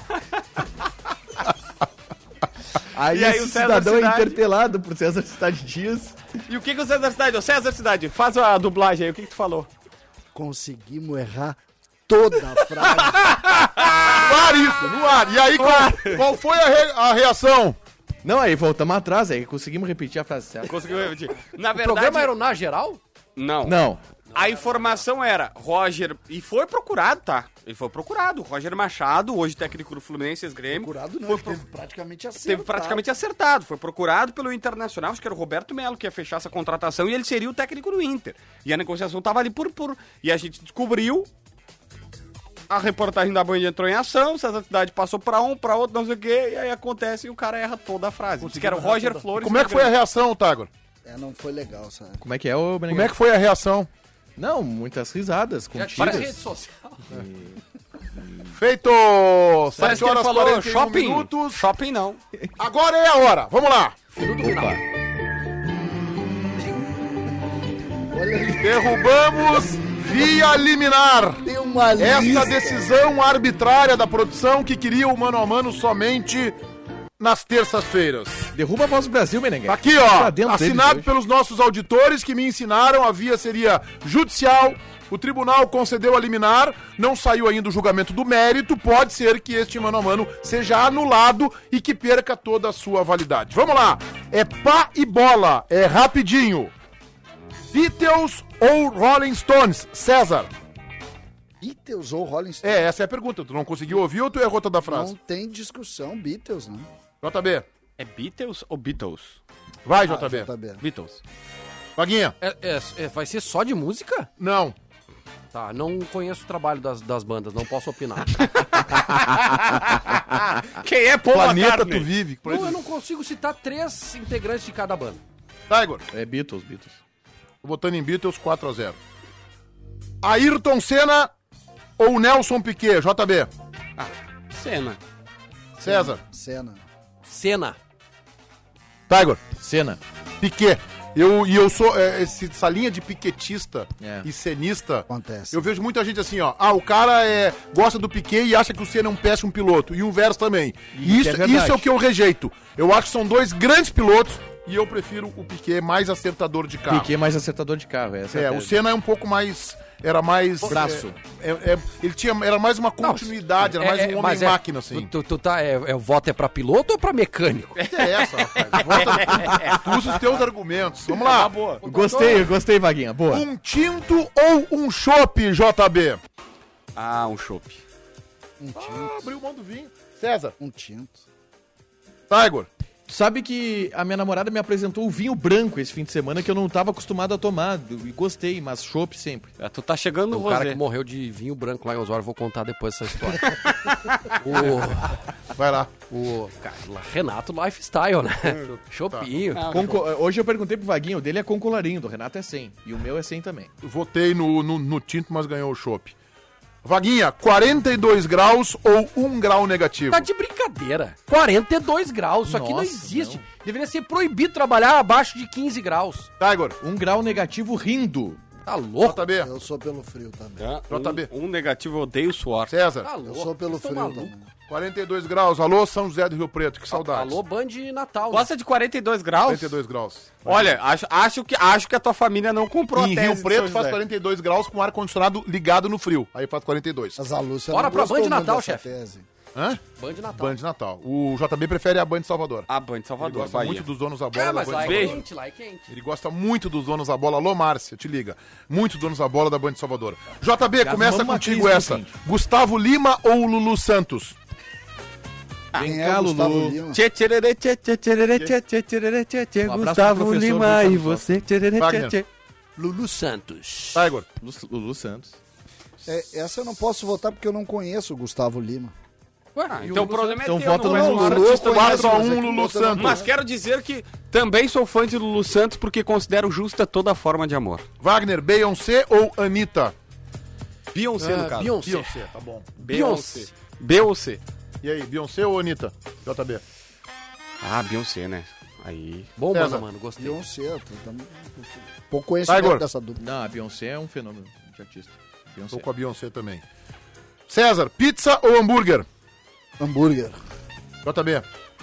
Aí, E aí esse o César cidadão é Cidade? interpelado por César Cidade Dias. E o que, que o César Cidade? Ô César Cidade, faz a dublagem aí, o que, que tu falou? Conseguimos errar toda a frase. No ar isso, no ar. E aí, qual, qual foi a, re- a reação? Não, aí voltamos atrás, aí conseguimos repetir a frase certa. Conseguiu repetir. Na O verdade... programa era o Na Geral? Não. Não. A informação era Roger... E foi procurado, tá? Ele foi procurado. Roger Machado, hoje técnico do Fluminense ex-Grêmio. Procurado não, Foi ele pro- teve praticamente acertado. Teve praticamente acertado. Foi procurado pelo Internacional, acho que era o Roberto Melo que ia fechar essa contratação e ele seria o técnico do Inter. E a negociação tava ali por... por... E a gente descobriu... A reportagem da Band entrou em ação, César Cidade passou pra um, pra outro, não sei o quê, e aí acontece e o cara erra toda a frase. Diz que era o Roger Flores. Como é que foi a reação, Tiger? É, não foi legal, sabe? Como é que é, ô Beneguete? Como é que foi a reação? Não, muitas risadas, Já tinha rede contidas. social. Feito Parece sete que ele horas e falou quarenta e um shopping. minutos. Shopping não. Agora é a hora. Vamos lá. Minuto final. Olha ali, Derrubamos via liminar. tem uma Esta lista. decisão arbitrária da produção que queria o mano a mano somente nas terças-feiras. Derruba a voz do Brasil, Meneghete. Tá aqui, Tá ó, dentro deles assinado hoje. pelos nossos auditores que me ensinaram, a via seria judicial, o tribunal concedeu a liminar, não saiu ainda o julgamento do mérito, pode ser que este mano a mano seja anulado e que perca toda a sua validade. Vamos lá, é pá e bola, é rapidinho. Beatles ou Rolling Stones? César. Beatles ou Rolling Stones? É, essa é a pergunta, tu não conseguiu ouvir ou tu errou toda a Não frase? tem discussão, Beatles, né? J B, É Beatles ou Beatles? vai Ah, J B. J B. Beatles. Vaguinha, É, é- é- vai ser só de música? não. Tá, não conheço o trabalho das, das bandas, não posso opinar. Quem é Paul Planeta McCartney? tu vive. Não, eu não consigo citar três integrantes de cada banda. Tiger. É Beatles, Beatles. Tô botando em Beatles quatro a zero. Ayrton Senna ou Nelson Piquet? J B. Cena. César. Cena. Senna. Tiger. Cena. Piquet. Eu, e eu sou. É, esse- essa linha de piquetista É. e cenista. Acontece. Eu vejo muita gente assim, ó. Ah, o cara é, gosta do Piquet e acha que o Senna é um péssimo piloto. E o verso também. E Isso, que é verdade. isso é o que eu rejeito. Eu acho que são dois grandes pilotos e eu prefiro o Piquet mais acertador de carro. Piquet mais acertador de carro. Essa É, a o tese. Senna é um pouco mais. Era mais. Braço. é, é, é, ele tinha. Era mais uma continuidade, era mais É, um é, mas é- homem-máquina, assim. Tu, tu tá, é, é, o voto é pra piloto ou pra mecânico? É essa, rapaz. Volta, tu usa os teus argumentos. Vamos lá. boa. Gostei, gostei, Vaguinha. Boa. Um tinto ou um chopp, J B? Ah, um chopp. Um tinto. Ah, abriu mão do vinho. César. Um tinto. Tiger. Tu sabe que a minha namorada me apresentou o vinho branco esse fim de semana que eu não tava acostumado a tomar. E gostei, mas chopp sempre. É, tu tá chegando no O cara rosé. que morreu de vinho branco lá em Osório, eu vou contar depois essa história. o, Vai lá. o cara, Renato Lifestyle, né? Chopinho. Ah, Com co- Hoje eu perguntei pro Vaguinho, o dele é com colarinho, do Renato é cem. E o meu é cem também. Votei no, no, no tinto, mas ganhou o chopp. Vaguinha, quarenta e dois graus ou um grau negativo? Tá de brincadeira. quarenta e dois graus. Isso aqui não Nossa, existe. não. Deveria ser proibido trabalhar abaixo de quinze graus. Tiger. Um grau negativo rindo. Tá louco? J B. Eu sou pelo frio também. É, J B. Um, um negativo, eu odeio suor. César. Tá Eu louco. sou pelo Vocês tão frio malucos. também. quarenta e dois graus. Alô, São José do Rio Preto. Que saudades. Alô, Band Natal. né? Gosta de quarenta e dois graus? quarenta e dois graus. Olha, acho, acho, que, acho que a tua família não comprou Em a tese Rio de Preto São faz José. quarenta e dois graus com ar-condicionado ligado no frio. Aí faz quarenta e dois. Mas a Lúcia Bora não pra gostou Band muito Natal, dessa chefe. tese. Hã? Band Natal. Band Natal. O J B prefere a Band Salvador. A Band Ele Salvador, gosta Bahia. muito dos donos da bola Ah, da mas Band lá é Salvador. quente, lá é quente. Ele gosta muito dos donos da bola. Alô, Márcia, te liga. Muito donos da bola da Band Salvador. J B, começa vamos contigo uma crise essa. no quente. Gustavo Lima ou Lulu Santos? Vem Quem cá, é o Gustavo Lulu. Lima? Tchê, tchererê, tchê, tchê, tchererê, tchê, tchê, tchererê, tchê, tchê, Um abraço Gustavo pro professor Lima Vitor e Gustavo. você. Tchererê, Wagner. tchê, tchê. Lulu Santos. Tiger. Lulu, Lulu Santos. É, essa eu não posso votar porque eu não conheço o Gustavo Lima. Ah, então o problema é Então teu, vota não mais é um do Lulu. artista do quatro a Brasil. um mas é que Lulu você não- Santos. Mas quero dizer que também sou fã de Lulu Santos porque considero justa toda forma de amor. Wagner, Beyoncé ou Anitta? Beyoncé, no Ah, caso. Beyoncé. Beyoncé, tá bom. Beyoncé. Beyoncé. E aí, Beyoncé ou Anitta? J B. Ah, Beyoncé, né? Aí... Bom, César. mano, mano, gostei. Beyoncé, tu tá... pouco conhecimento Tiger. dessa dupla. Não, a Beyoncé é um fenômeno de artista. Beyoncé. Tô com a Beyoncé também. César, pizza ou hambúrguer? Hambúrguer. J B.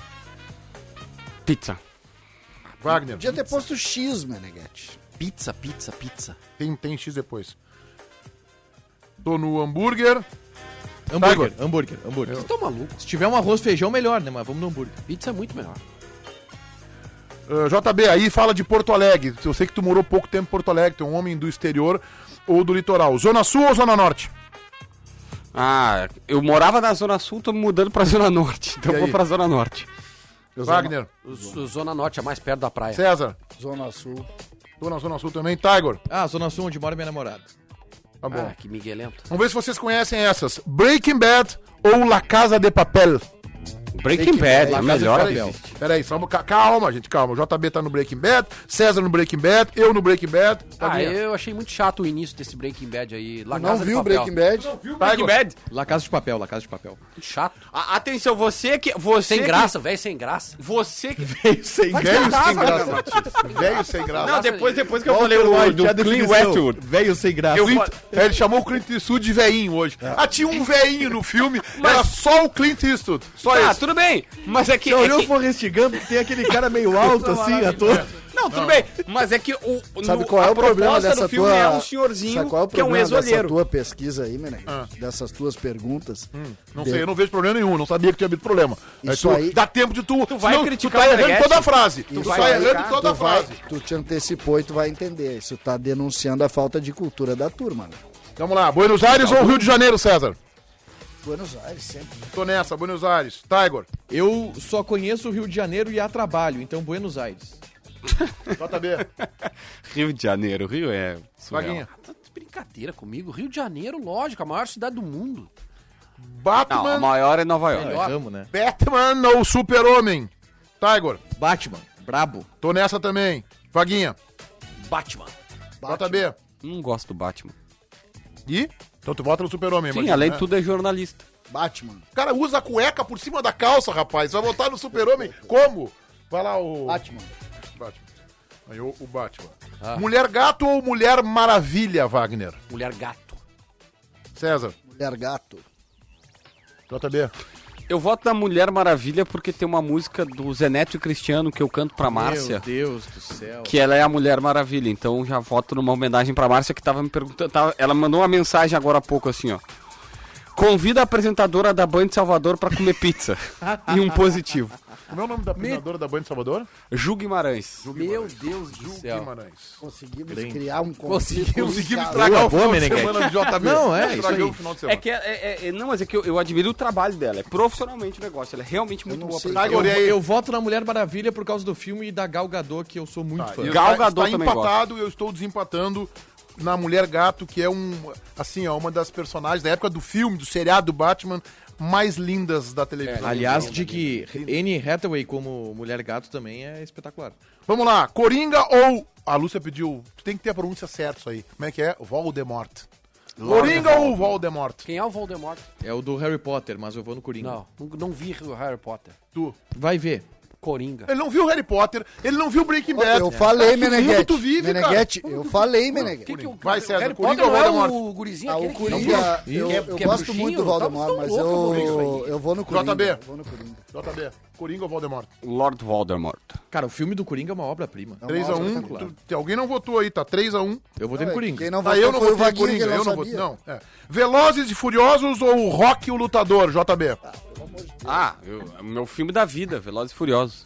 Pizza. Wagner. Podia ter posto X, Meneghete. Pizza, pizza, pizza. Tem, tem X depois. Tô no hambúrguer. Hambúrguer, hambúrguer, hambúrguer. Você tá maluco? Se tiver um arroz feijão, melhor, né? Mas vamos no hambúrguer. Pizza é muito melhor. Uh, J B, aí fala de Porto Alegre. Eu sei que tu morou pouco tempo em Porto Alegre. Tu é um homem do exterior ou do litoral. Zona Sul ou Zona Norte? Ah, eu morava na Zona Sul, tô me mudando pra Zona Norte. Então E eu vou aí? pra Zona Norte. Wagner. O, o Zona Norte é mais perto da praia. César. Zona Sul. Tô na Zona Sul também. Tiger. Ah, Zona Sul, onde mora minha namorada. Tá bom. Ah, que miguelento. Vamos ver se vocês conhecem essas. Breaking Bad ou La Casa de Papel? Breaking Bad, é a melhor. Peraí, Abel. peraí, só, ca- calma, gente, calma. O J B tá no Breaking Bad, César no Breaking Bad, eu no Breaking Bad. Tá Ah, vendo? eu achei muito chato o início desse Breaking Bad aí. La Não Casa de viu o Papel. Breaking Bad? Breaking Bad. La Casa de Papel, La Casa de Papel. Muito chato. A- atenção, você que... Você Sem que- graça, velho, sem graça. Você que... Veio sem Velho sem graça. Velho sem graça. Não, depois, depois que eu Walter falei o White, do a Clean definição. Westwood. Veio sem graça. Eu Clint- fa- é, ele chamou o Clint Eastwood de veinho hoje. Ah, tinha um veinho no filme, era só o Clint Eastwood. Só Tá, esse. tudo bem. Mas é que... Você é olhou que- o Forrest Gump, tem aquele cara meio alto assim, ator. Não, tudo bem. Mas é que o... Sabe no- qual é a o problema proposta dessa do filme tua... é um senhorzinho Sabe qual é o que é um problema dessa ex-olheiro. tua pesquisa aí, Meneghete? Ah. Dessas tuas perguntas? Não De- sei, eu não vejo problema nenhum, não sabia que tinha havido problema. Isso tu- aí- Dá tempo de tu. Tu vai senão criticar tu tá o errando Meneghetti? toda a frase. Tu, Isso tá aí, errando cara, toda a tu vai- frase. Tu te antecipou e tu vai entender. Isso tá denunciando a falta de cultura da turma, né? Vamos lá, Buenos Aires ou Rio de Janeiro, César? Buenos Aires, sempre. Tô nessa, Buenos Aires. Tiger. Eu só conheço o Rio de Janeiro e a trabalho, então Buenos Aires. J B. Rio de Janeiro, Rio é... surreal. Vaguinha. Tá de brincadeira comigo. Rio de Janeiro, lógico, a maior cidade do mundo. Não, Batman, a maior é Nova York. Melhor. Erramos, né? Batman ou Super-Homem? Tiger. Batman, brabo. Tô nessa também. Vaguinha. Batman. J B. Não gosto do Batman. E? Então tu vota no Super-Homem, Sim, imagina, além né? de tudo é jornalista. Batman. O cara usa a cueca por cima da calça, rapaz. Vai votar no Super-Homem? Como? Vai lá o... Batman. Batman. Aí o, o Batman. Ah. Mulher Gato ou Mulher Maravilha, Wagner? Mulher gato. César. Mulher Gato. J B. Eu voto na Mulher Maravilha porque tem uma música do Zeneto e Cristiano que eu canto pra Márcia. Meu Deus do céu. Que ela é a Mulher Maravilha, então já voto numa homenagem pra Márcia que tava me perguntando. Tava, ela mandou uma mensagem agora há pouco assim, ó. Convida a apresentadora da Band Salvador pra comer pizza. E um positivo. Como é o nome da apresentadora da Band de Salvador? Ju Guimarães. Meu Deus do Ju céu. Guimarães. Conseguimos Grande. criar um Conseguimos. Conseguimos Cara, estragar boa, o final boa, de Meneghete. semana de J B. Não, é, isso Estraguei aí. o final de É semana. que é, é- é- não, mas é que eu, eu admiro o trabalho dela. É profissionalmente o negócio. Ela é realmente muito não boa. sei. pra- Tá, Eu, Agora, e aí? eu voto na Mulher Maravilha por causa do filme e da Gal Gadot, que eu sou muito Tá, fã. e Gal está- Gadot está também empatado, eu estou desempatando na Mulher Gato, que é um, assim, ó, uma das personagens da época do filme, do seriado do Batman, mais lindas da televisão. Aliás, de que Anne Hathaway como Mulher Gato também é espetacular. Vamos lá, Coringa ou... A Lúcia pediu, tu tem que ter a pronúncia certa isso aí. Como é que é? Voldemort. Coringa ou Voldemort? Quem é o Voldemort? É o do Harry Potter, mas eu vou no Coringa. Não, não, não vi o Harry Potter. Tu. Vai ver. Coringa. Ele não viu Harry Potter, ele não viu Breaking Bad. Eu falei, Cara, que mundo Meneghete. tu vive, Meneghete, cara? eu falei, Meneghete. Que que o Vai, César, Harry Coringa Potter ou não é Voldemort? o gurizinho Ah, aquele o que- Coringa, eu, Que é- eu que é gosto bruxinho, muito do tá- Valdemar, tão mas louco, eu vou ver isso eu, aí. eu vou no Coringa. J B. eu Vou no Coringa. J B, Coringa ou Voldemort? Lord Voldemort. Cara, o filme do Coringa é uma obra-prima. três a um. espetacular. Alguém não votou aí, tá três a um. Eu vou ter no Coringa. Quem não Ah, votou eu não foi o votei Vaguinho, Coringa, que ele eu não não votei. sabia. Não, é. Velozes e Furiosos ou o Rock o Lutador, J B? Ah, eu, é o meu filme da vida, Velozes e Furiosos.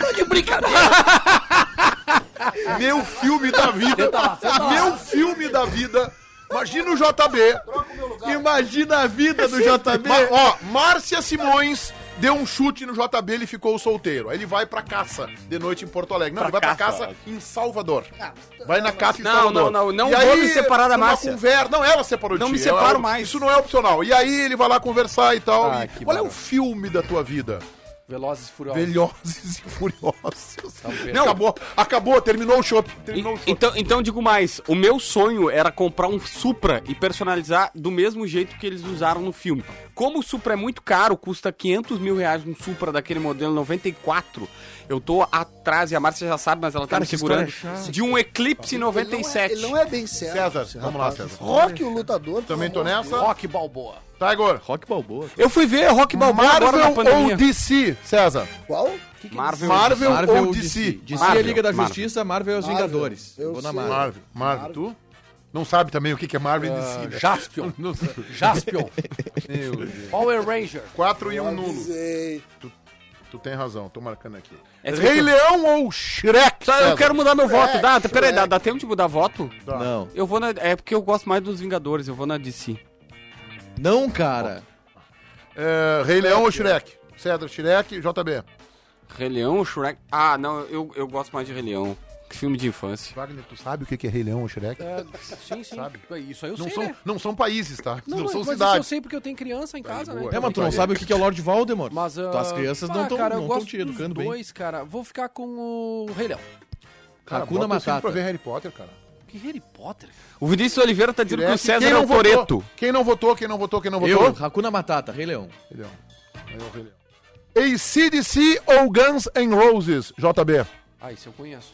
Meu filme da vida. Meu filme da vida. Imagina o J B. Imagina a vida do J B. Ma- ó, Márcia Simões deu um chute no J B, ele ficou solteiro. Aí ele vai pra caça de noite em Porto Alegre. Não, ele vai pra caça, caça em Salvador. Vai na caça em Não, Salvador. não, não, não E vou me separar da numa Márcia. Conversa, não, ela separou de Não ti. me separo Ela- mais. Isso não é opcional. E aí ele vai lá conversar e tal. Ah, E que qual é o maravilha. filme da tua vida? Velozes e Furiosos. Velozes e Furiosos. bem. Não, acabou, acabou, terminou o show. E- Terminou o show. então, então digo mais, o meu sonho era comprar um Supra e personalizar do mesmo jeito que eles usaram no filme. Como o Supra é muito caro, custa quinhentos mil reais um Supra daquele modelo noventa e quatro, eu tô atrás, e a Márcia já sabe, mas ela tá Cara, me que segurando, história chata. de um Eclipse noventa e sete. Ele não é bem certo. César, esse vamos lá, rapaz. César. Rock, o lutador. Também tô pelo amor de nessa. Rock Balboa. Tá, Igor. Rock Balboa. Eu fui ver Rock Balboa agora na Marvel pandemia. ou D C, César? Deus. Qual? Marvel. Marvel, Marvel ou D C? D C é a Marvel, Liga da Marvel. Justiça, Marvel é os Marvel. Vingadores. Eu Vou na sei. Marvel. Marvel. Marvel, tu? Não sabe também o que que é Marvel e D C, Ah, né? Jaspion. Não sei. Jaspion. Meu Deus. Power Ranger. quatro e um nulo. Avisei. Tu tem razão, tô marcando aqui. Essa Rei que eu- Leão ou Shrek? Só eu César? quero mudar meu voto. Shrek, Dá, peraí, dá, Shrek. dá tempo de mudar voto? Tá. Não. Eu vou na. É porque eu gosto mais dos Vingadores, eu vou na D C. Não, cara. É, Rei Leão ou Shrek? César, Shrek, J B. Rei Leão, Shrek. Ah, não, eu, eu gosto mais de Rei Leão. Filme de infância. Wagner, tu sabe o que que é Rei Leão ou Shrek? É, sim, sim. Sabe? Isso aí eu Não sei, são, né? não são países, tá? Não, Não, são mas isso eu cidades. sei porque eu tenho criança em casa, né? boa. É, mas tu não sabe o que que é o Lord Voldemort. Mas, ah, As crianças não ah, estão cara, eu não tão gosto te dos educando bem. dois, cara. Vou ficar com o Rei Leão. Cara, Hakuna bota o filme Matata. pra ver Harry Potter, cara. Que Harry Potter? O Vinícius Oliveira tá dizendo que o Shrek. César Quem é não o votou? Toreto. Quem não votou, quem não votou, quem não votou? Eu, Hakuna Matata, Rei Leão. Rei Leão. Aí é o Rei Leão. A C D C ou Guns N' Roses, J B? Ah, isso eu conheço.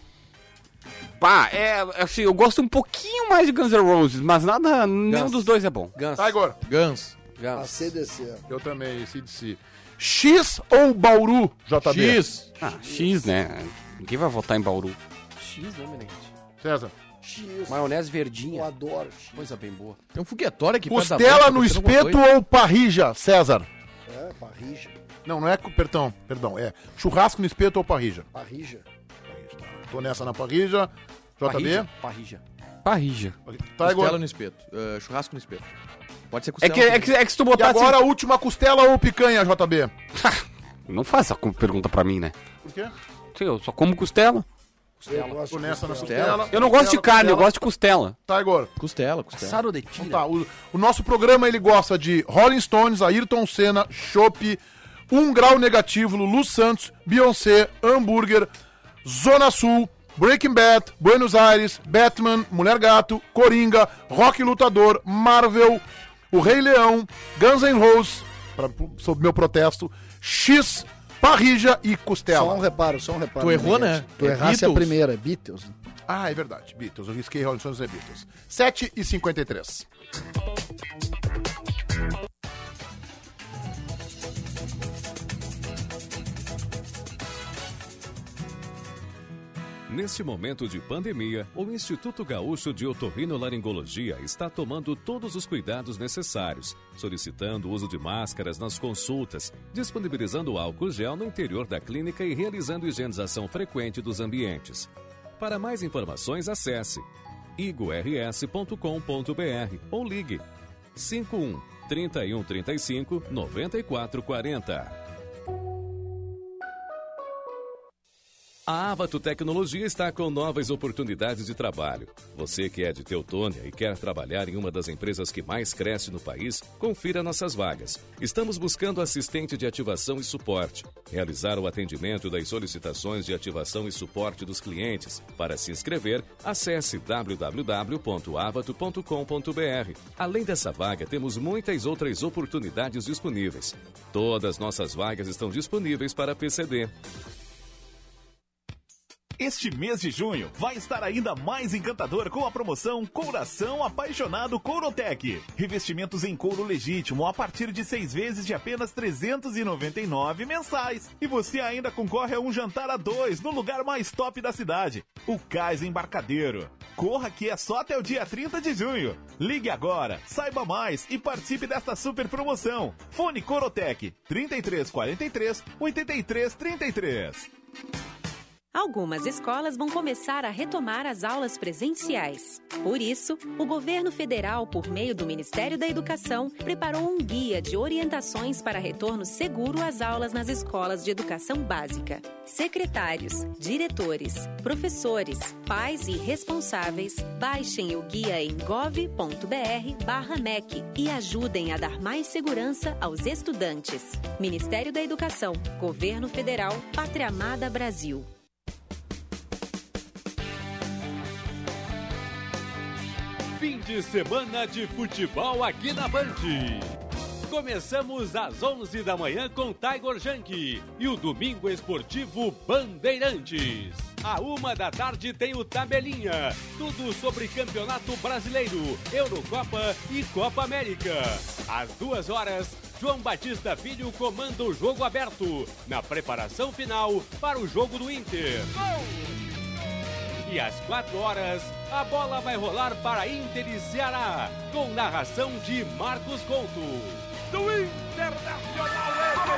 Pá, é, assim, eu gosto um pouquinho mais de Guns N' Roses, mas nada, nenhum Guns. dos dois é bom. Guns. Tá, Igor? Guns. A Guns. C D C. Eu também, A C D C. X ou Bauru, J B? X. Ah, X, né? Ninguém vai votar em Bauru. X, né, Meneghetti? César. X. Maionese Eu verdinha. adoro X. Coisa bem boa. Tem um foguetório aqui perto da Costela boca, no você não botou espeto aí? ou parrija, César? É, parrija. Não, não é, co- perdão, perdão, é churrasco no espeto ou parrija? Parrija. Parrija, tá. Tô nessa na parrija. J B? Parrija. Parrija. Parrija. Tá, Costela Igor? no espeto. Uh, churrasco no espeto. Pode ser É costela. que, é, que, é que se tu E botar agora a assim... última costela ou picanha, J B? Não faça essa pergunta pra mim, né? Por quê? Sim, eu só como costela. Eu gosto Tô de nessa na costela. costela. Eu não gosto de Costela, carne, eu costela. gosto de costela. Tá, Igor? Costela, costela. Assado de Então tira. tá, o, o nosso programa ele gosta de Rolling Stones, Ayrton Senna, Chopp, Um Grau Negativo, Lulu Santos, Beyoncé, Hambúrguer, Zona Sul, Breaking Bad, Buenos Aires, Batman, Mulher Gato, Coringa, Rock Lutador, Marvel, O Rei Leão, Guns N' Roses, pra, sob meu protesto, X, Parrija e Só um Costela. reparo, só um reparo. Tu errou, Meneghetti. né? Tu É errasse a Beatles. primeira, é Beatles. Ah, é verdade, Beatles, eu risquei Rolling Stones e Beatles. sete e cinquenta e três. Neste momento de pandemia, o Instituto Gaúcho de Otorrinolaringologia está tomando todos os cuidados necessários, solicitando o uso de máscaras nas consultas, disponibilizando álcool gel no interior da clínica e realizando higienização frequente dos ambientes. Para mais informações, acesse igors ponto com ponto br ou ligue cinco um, trinta e um, trinta e cinco, noventa e quatro quarenta. A Avato Tecnologia está com novas oportunidades de trabalho. Você que é de Teutônia e quer trabalhar em uma das empresas que mais cresce no país, confira nossas vagas. Estamos buscando assistente de ativação e suporte. Realizar o atendimento das solicitações de ativação e suporte dos clientes. Para se inscrever, acesse w w w ponto avato ponto com ponto br. Além dessa vaga, temos muitas outras oportunidades disponíveis. Todas nossas vagas estão disponíveis para P C D. Este mês de junho vai estar ainda mais encantador com a promoção Couração Apaixonado Courotec. Revestimentos em couro legítimo a partir de seis vezes de apenas trezentos e noventa e nove mensais. E você ainda concorre a um jantar a dois no lugar mais top da cidade, o Cais Embarcadeiro. Corra que é só até o dia trinta de junho. Ligue agora, saiba mais e participe desta super promoção. Fone Courotec trinta e três quarenta e três, oitenta e três trinta e três. Algumas escolas vão começar a retomar as aulas presenciais. Por isso, o governo federal, por meio do Ministério da Educação, preparou um guia de orientações para retorno seguro às aulas nas escolas de educação básica. Secretários, diretores, professores, pais e responsáveis, baixem o guia em gov ponto br barra M E C e ajudem a dar mais segurança aos estudantes. Ministério da Educação, Governo Federal, Pátria Amada Brasil. Fim de semana de futebol aqui na Band. Começamos às onze da manhã com Tiger Junk e o Domingo Esportivo Bandeirantes. À uma da tarde tem o Tabelinha, tudo sobre Campeonato Brasileiro, Eurocopa e Copa América. Às duas horas, João Batista Filho comanda o jogo aberto, na preparação final para o jogo do Inter. E às quatro horas, a bola vai rolar para Inter e Ceará, com narração de Marcos Couto. Do Internacional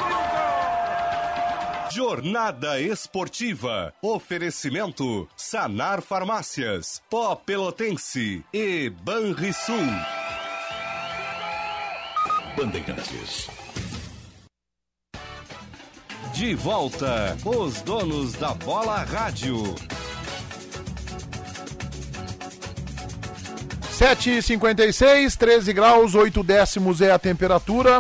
é Jornada Esportiva. Oferecimento Sanar Farmácias, Pó Pelotense e Banrisul. Bandeirantes. De volta, os donos da bola rádio. sete e cinquenta e seis, treze graus, oito décimos é a temperatura.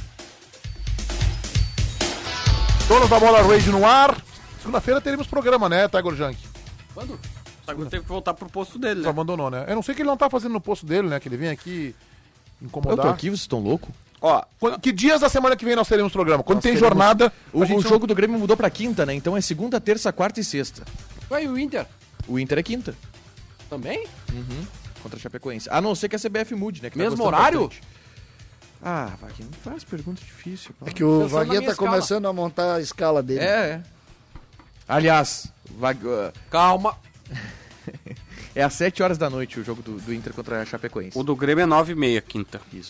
Donos da Bola Radio no ar. Segunda-feira teremos programa, né, Tiger Junk? Quando? O Tiger teve que voltar pro posto dele, né? Só abandonou, né? Eu não sei o que ele não tá fazendo no posto dele, né? Que ele vem aqui incomodar. Eu tô aqui, vocês estão loucos? Ó, Quando, que dias da semana que vem nós teremos programa? Quando nós tem teremos... jornada... O, a gente o não... jogo do Grêmio mudou pra quinta, né? Então é segunda, terça, quarta e sexta. Vai, o Inter? O Inter é quinta. Também? Uhum. Contra a Chapecoense. A não ser que a C B F mude, né? Que Mesmo tá horário? Bastante. Ah, Vaguinho, não faz pergunta difícil. Pô. É que o Pensando na Vaguinho minha tá escala. começando a montar a escala dele. É, é. Aliás, Vag... Calma. é às sete horas da noite o jogo do, do Inter contra a Chapecoense. o do Grêmio é nove e meia, quinta. Isso.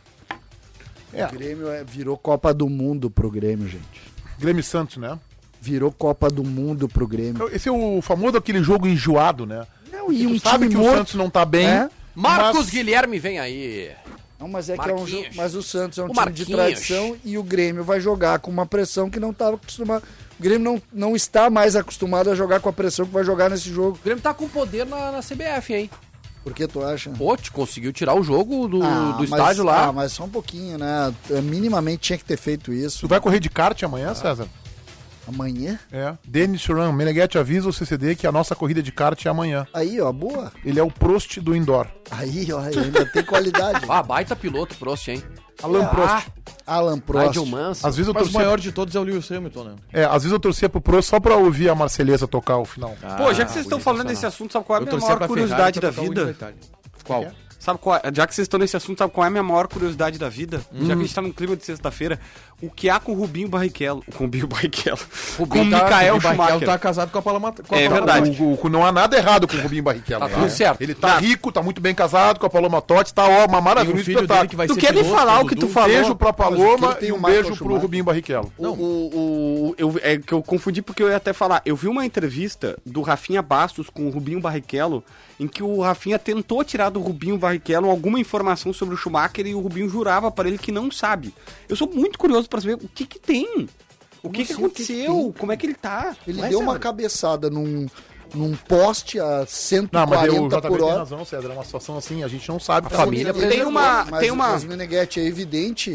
É. O Grêmio é- virou Copa do Mundo pro Grêmio, gente. Grêmio e Santos, né? Virou Copa do Mundo pro Grêmio. Esse é o famoso aquele jogo enjoado, né? Não, e um Tu sabe time que o morto. Santos não tá bem. É? Marcos mas... Guilherme, vem aí. Não, mas é que é um Marquinhos. jogo. Mas o Santos é um O time Marquinhos. de tradição e o Grêmio vai jogar com uma pressão que não estava acostumado. O Grêmio não, não está mais acostumado a jogar com a pressão que vai jogar nesse jogo. O Grêmio tá com poder na, na C B F, hein? Por que tu acha? Pô, te conseguiu tirar o jogo do, Ah, do mas- estádio lá. Ah, mas só um pouquinho, né? Minimamente tinha que ter feito isso. Tu vai correr de kart amanhã, César? Amanhã? É. Denis Churan, Meneghetti avisa o C C D que a nossa corrida de kart é amanhã. Aí, ó, boa. Ele é o Prost do indoor. Aí, ó, ainda tem qualidade. Ah, baita piloto, Prost, hein? Alan Prost. Alan Prost. Nigel Mansell. Às vezes eu Mas o torcia... maior de todos é o Lewis Hamilton, né? É, às vezes eu torcia pro Prost só pra ouvir a Marselhesa tocar o final. Pô, já que Ah, vocês estão bonito, falando sensacional. desse assunto, sabe qual é a Eu minha torcia maior pra curiosidade Ferrari da pra tocar o hino vida? Itália. Qual? Sabe qual é? Já que vocês estão nesse assunto, sabe qual é a minha maior curiosidade da vida? Já que a gente tá num clima de sexta-feira, o que há com o Rubinho Barrichello? Com o Rubinho Barrichello. Com o Rubinho tá- Michael O Barrichello Schumacher. tá casado com a Paloma. Com a É Paloma verdade. Totti. O, o- não há nada errado com o Rubinho Barrichello. Tá né? tudo certo. Ele tá rico, tá muito bem casado com a Paloma Totti, tá ó, uma Tem maravilha, um um filho dele espetáculo. que vai Tu ser quer me piloto, falar o Dudu. que tu Um falou? beijo pra Mas o Paloma que tem e o um Michael beijo pro Schumacher? Rubinho Barrichello. O, o, o- eu, é que eu confundi porque eu ia até falar. Eu vi uma entrevista do Rafinha Bastos com o Rubinho Barrichello, em que o Rafinha tentou tirar do Rubinho Barrichello alguma informação sobre o Schumacher e o Rubinho jurava para ele que não sabe. Eu sou muito curioso para saber o que que tem. O que que assim, o que que aconteceu? tem? Como é que ele tá? Ele Não é, deu uma César? cabeçada num, num poste a cento e Não, mas aí o quarenta J B por tem hora. razão, César. É uma situação assim, a gente não sabe. A cara. família Tem uma- mas, tem uma- Mas, Meneghetti, é evidente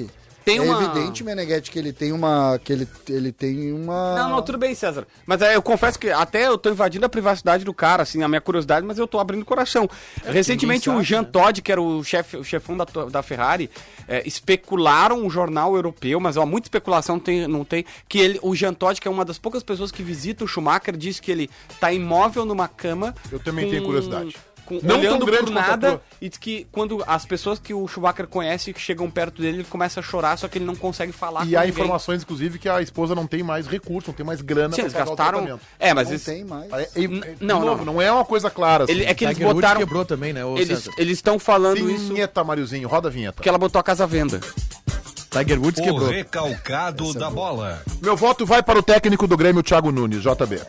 tem é uma... evidente, Meneghetti, que ele tem uma... Que ele, ele tem uma... Não, não, tudo bem, César. Mas é, eu confesso que até eu tô invadindo a privacidade do cara, assim, a minha curiosidade, mas eu tô abrindo o coração. É, recentemente o Jean né? Todt, que era o, chefe, o chefão da, da Ferrari, é, especularam um jornal europeu, mas ó, muita especulação não tem, não tem, que ele, o Jean Todt, que é uma das poucas pessoas que visita o Schumacher, disse que ele tá imóvel numa cama. Eu também com, tenho curiosidade. Com, Não olhando tão grande por quanto a nada, tua. e diz que quando as pessoas que o Schumacher conhece que chegam perto dele, ele começa a chorar, só que ele não consegue falar E com há ninguém. informações, inclusive, que a esposa não tem mais recurso, não tem mais grana Sim, eles pagar o gastaram... tratamento. É, mas Não eles... tem mais. É, é, é, N- de não, novo, não. não é uma coisa clara. Assim. Ele, é que eles Tiger Woods botaram... quebrou também, né, ô Eles César? estão falando isso Vinheta, Mariozinho, roda a vinheta. porque ela botou a casa à venda. Tiger Woods O quebrou. recalcado da bola. Meu voto vai para o técnico do Grêmio, Thiago Nunes, J B.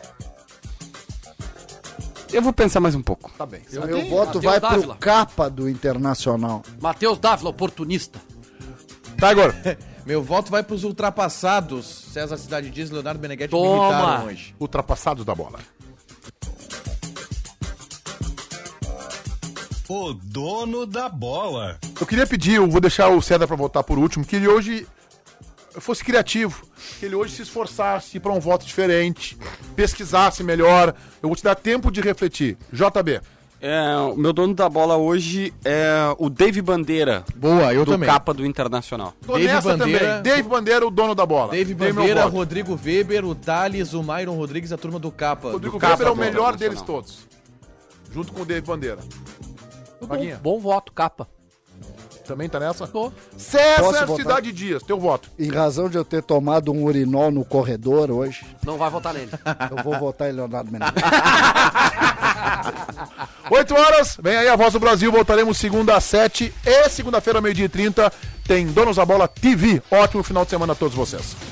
Eu vou pensar mais um pouco. Tá bem. O meu voto Matheus vai pro Dávila. capa do Internacional. Matheus Dávila, oportunista. Tá, agora. Meu voto vai pros ultrapassados. César Cidade Dias e Leonardo Meneghetti Toma. me irritaram hoje. Ultrapassados da bola. O dono da bola. Eu queria pedir, eu vou deixar o César para votar por último, que ele hoje fosse criativo, que ele hoje se esforçasse para um voto diferente, pesquisasse melhor. Eu vou te dar tempo de refletir. J B. É, o meu dono da bola hoje é o Dave Bandeira, Boa, eu do também. capa do Internacional. Tô Dave nessa Bandeira. também. Dave Bandeira, o dono da bola. Dave Dei meu Bandeira, voto. Rodrigo Weber, o Thales, o Myron Rodrigues, a turma do Capa. Rodrigo do Capa Weber é o do melhor Internacional. deles todos. Junto com o Dave Bandeira. Bom, Vaguinha. bom voto, capa. Também tá nessa? Tô. César Posso votar? Cidade Dias, teu voto. Em razão de eu ter tomado um urinol no corredor hoje, Não vai votar nele. eu vou votar em Leonardo Meneghetti. oito horas, vem aí a Voz do Brasil, voltaremos segunda às sete e segunda-feira, meio-dia e trinta, tem Donos da Bola T V. Ótimo final de semana a todos vocês.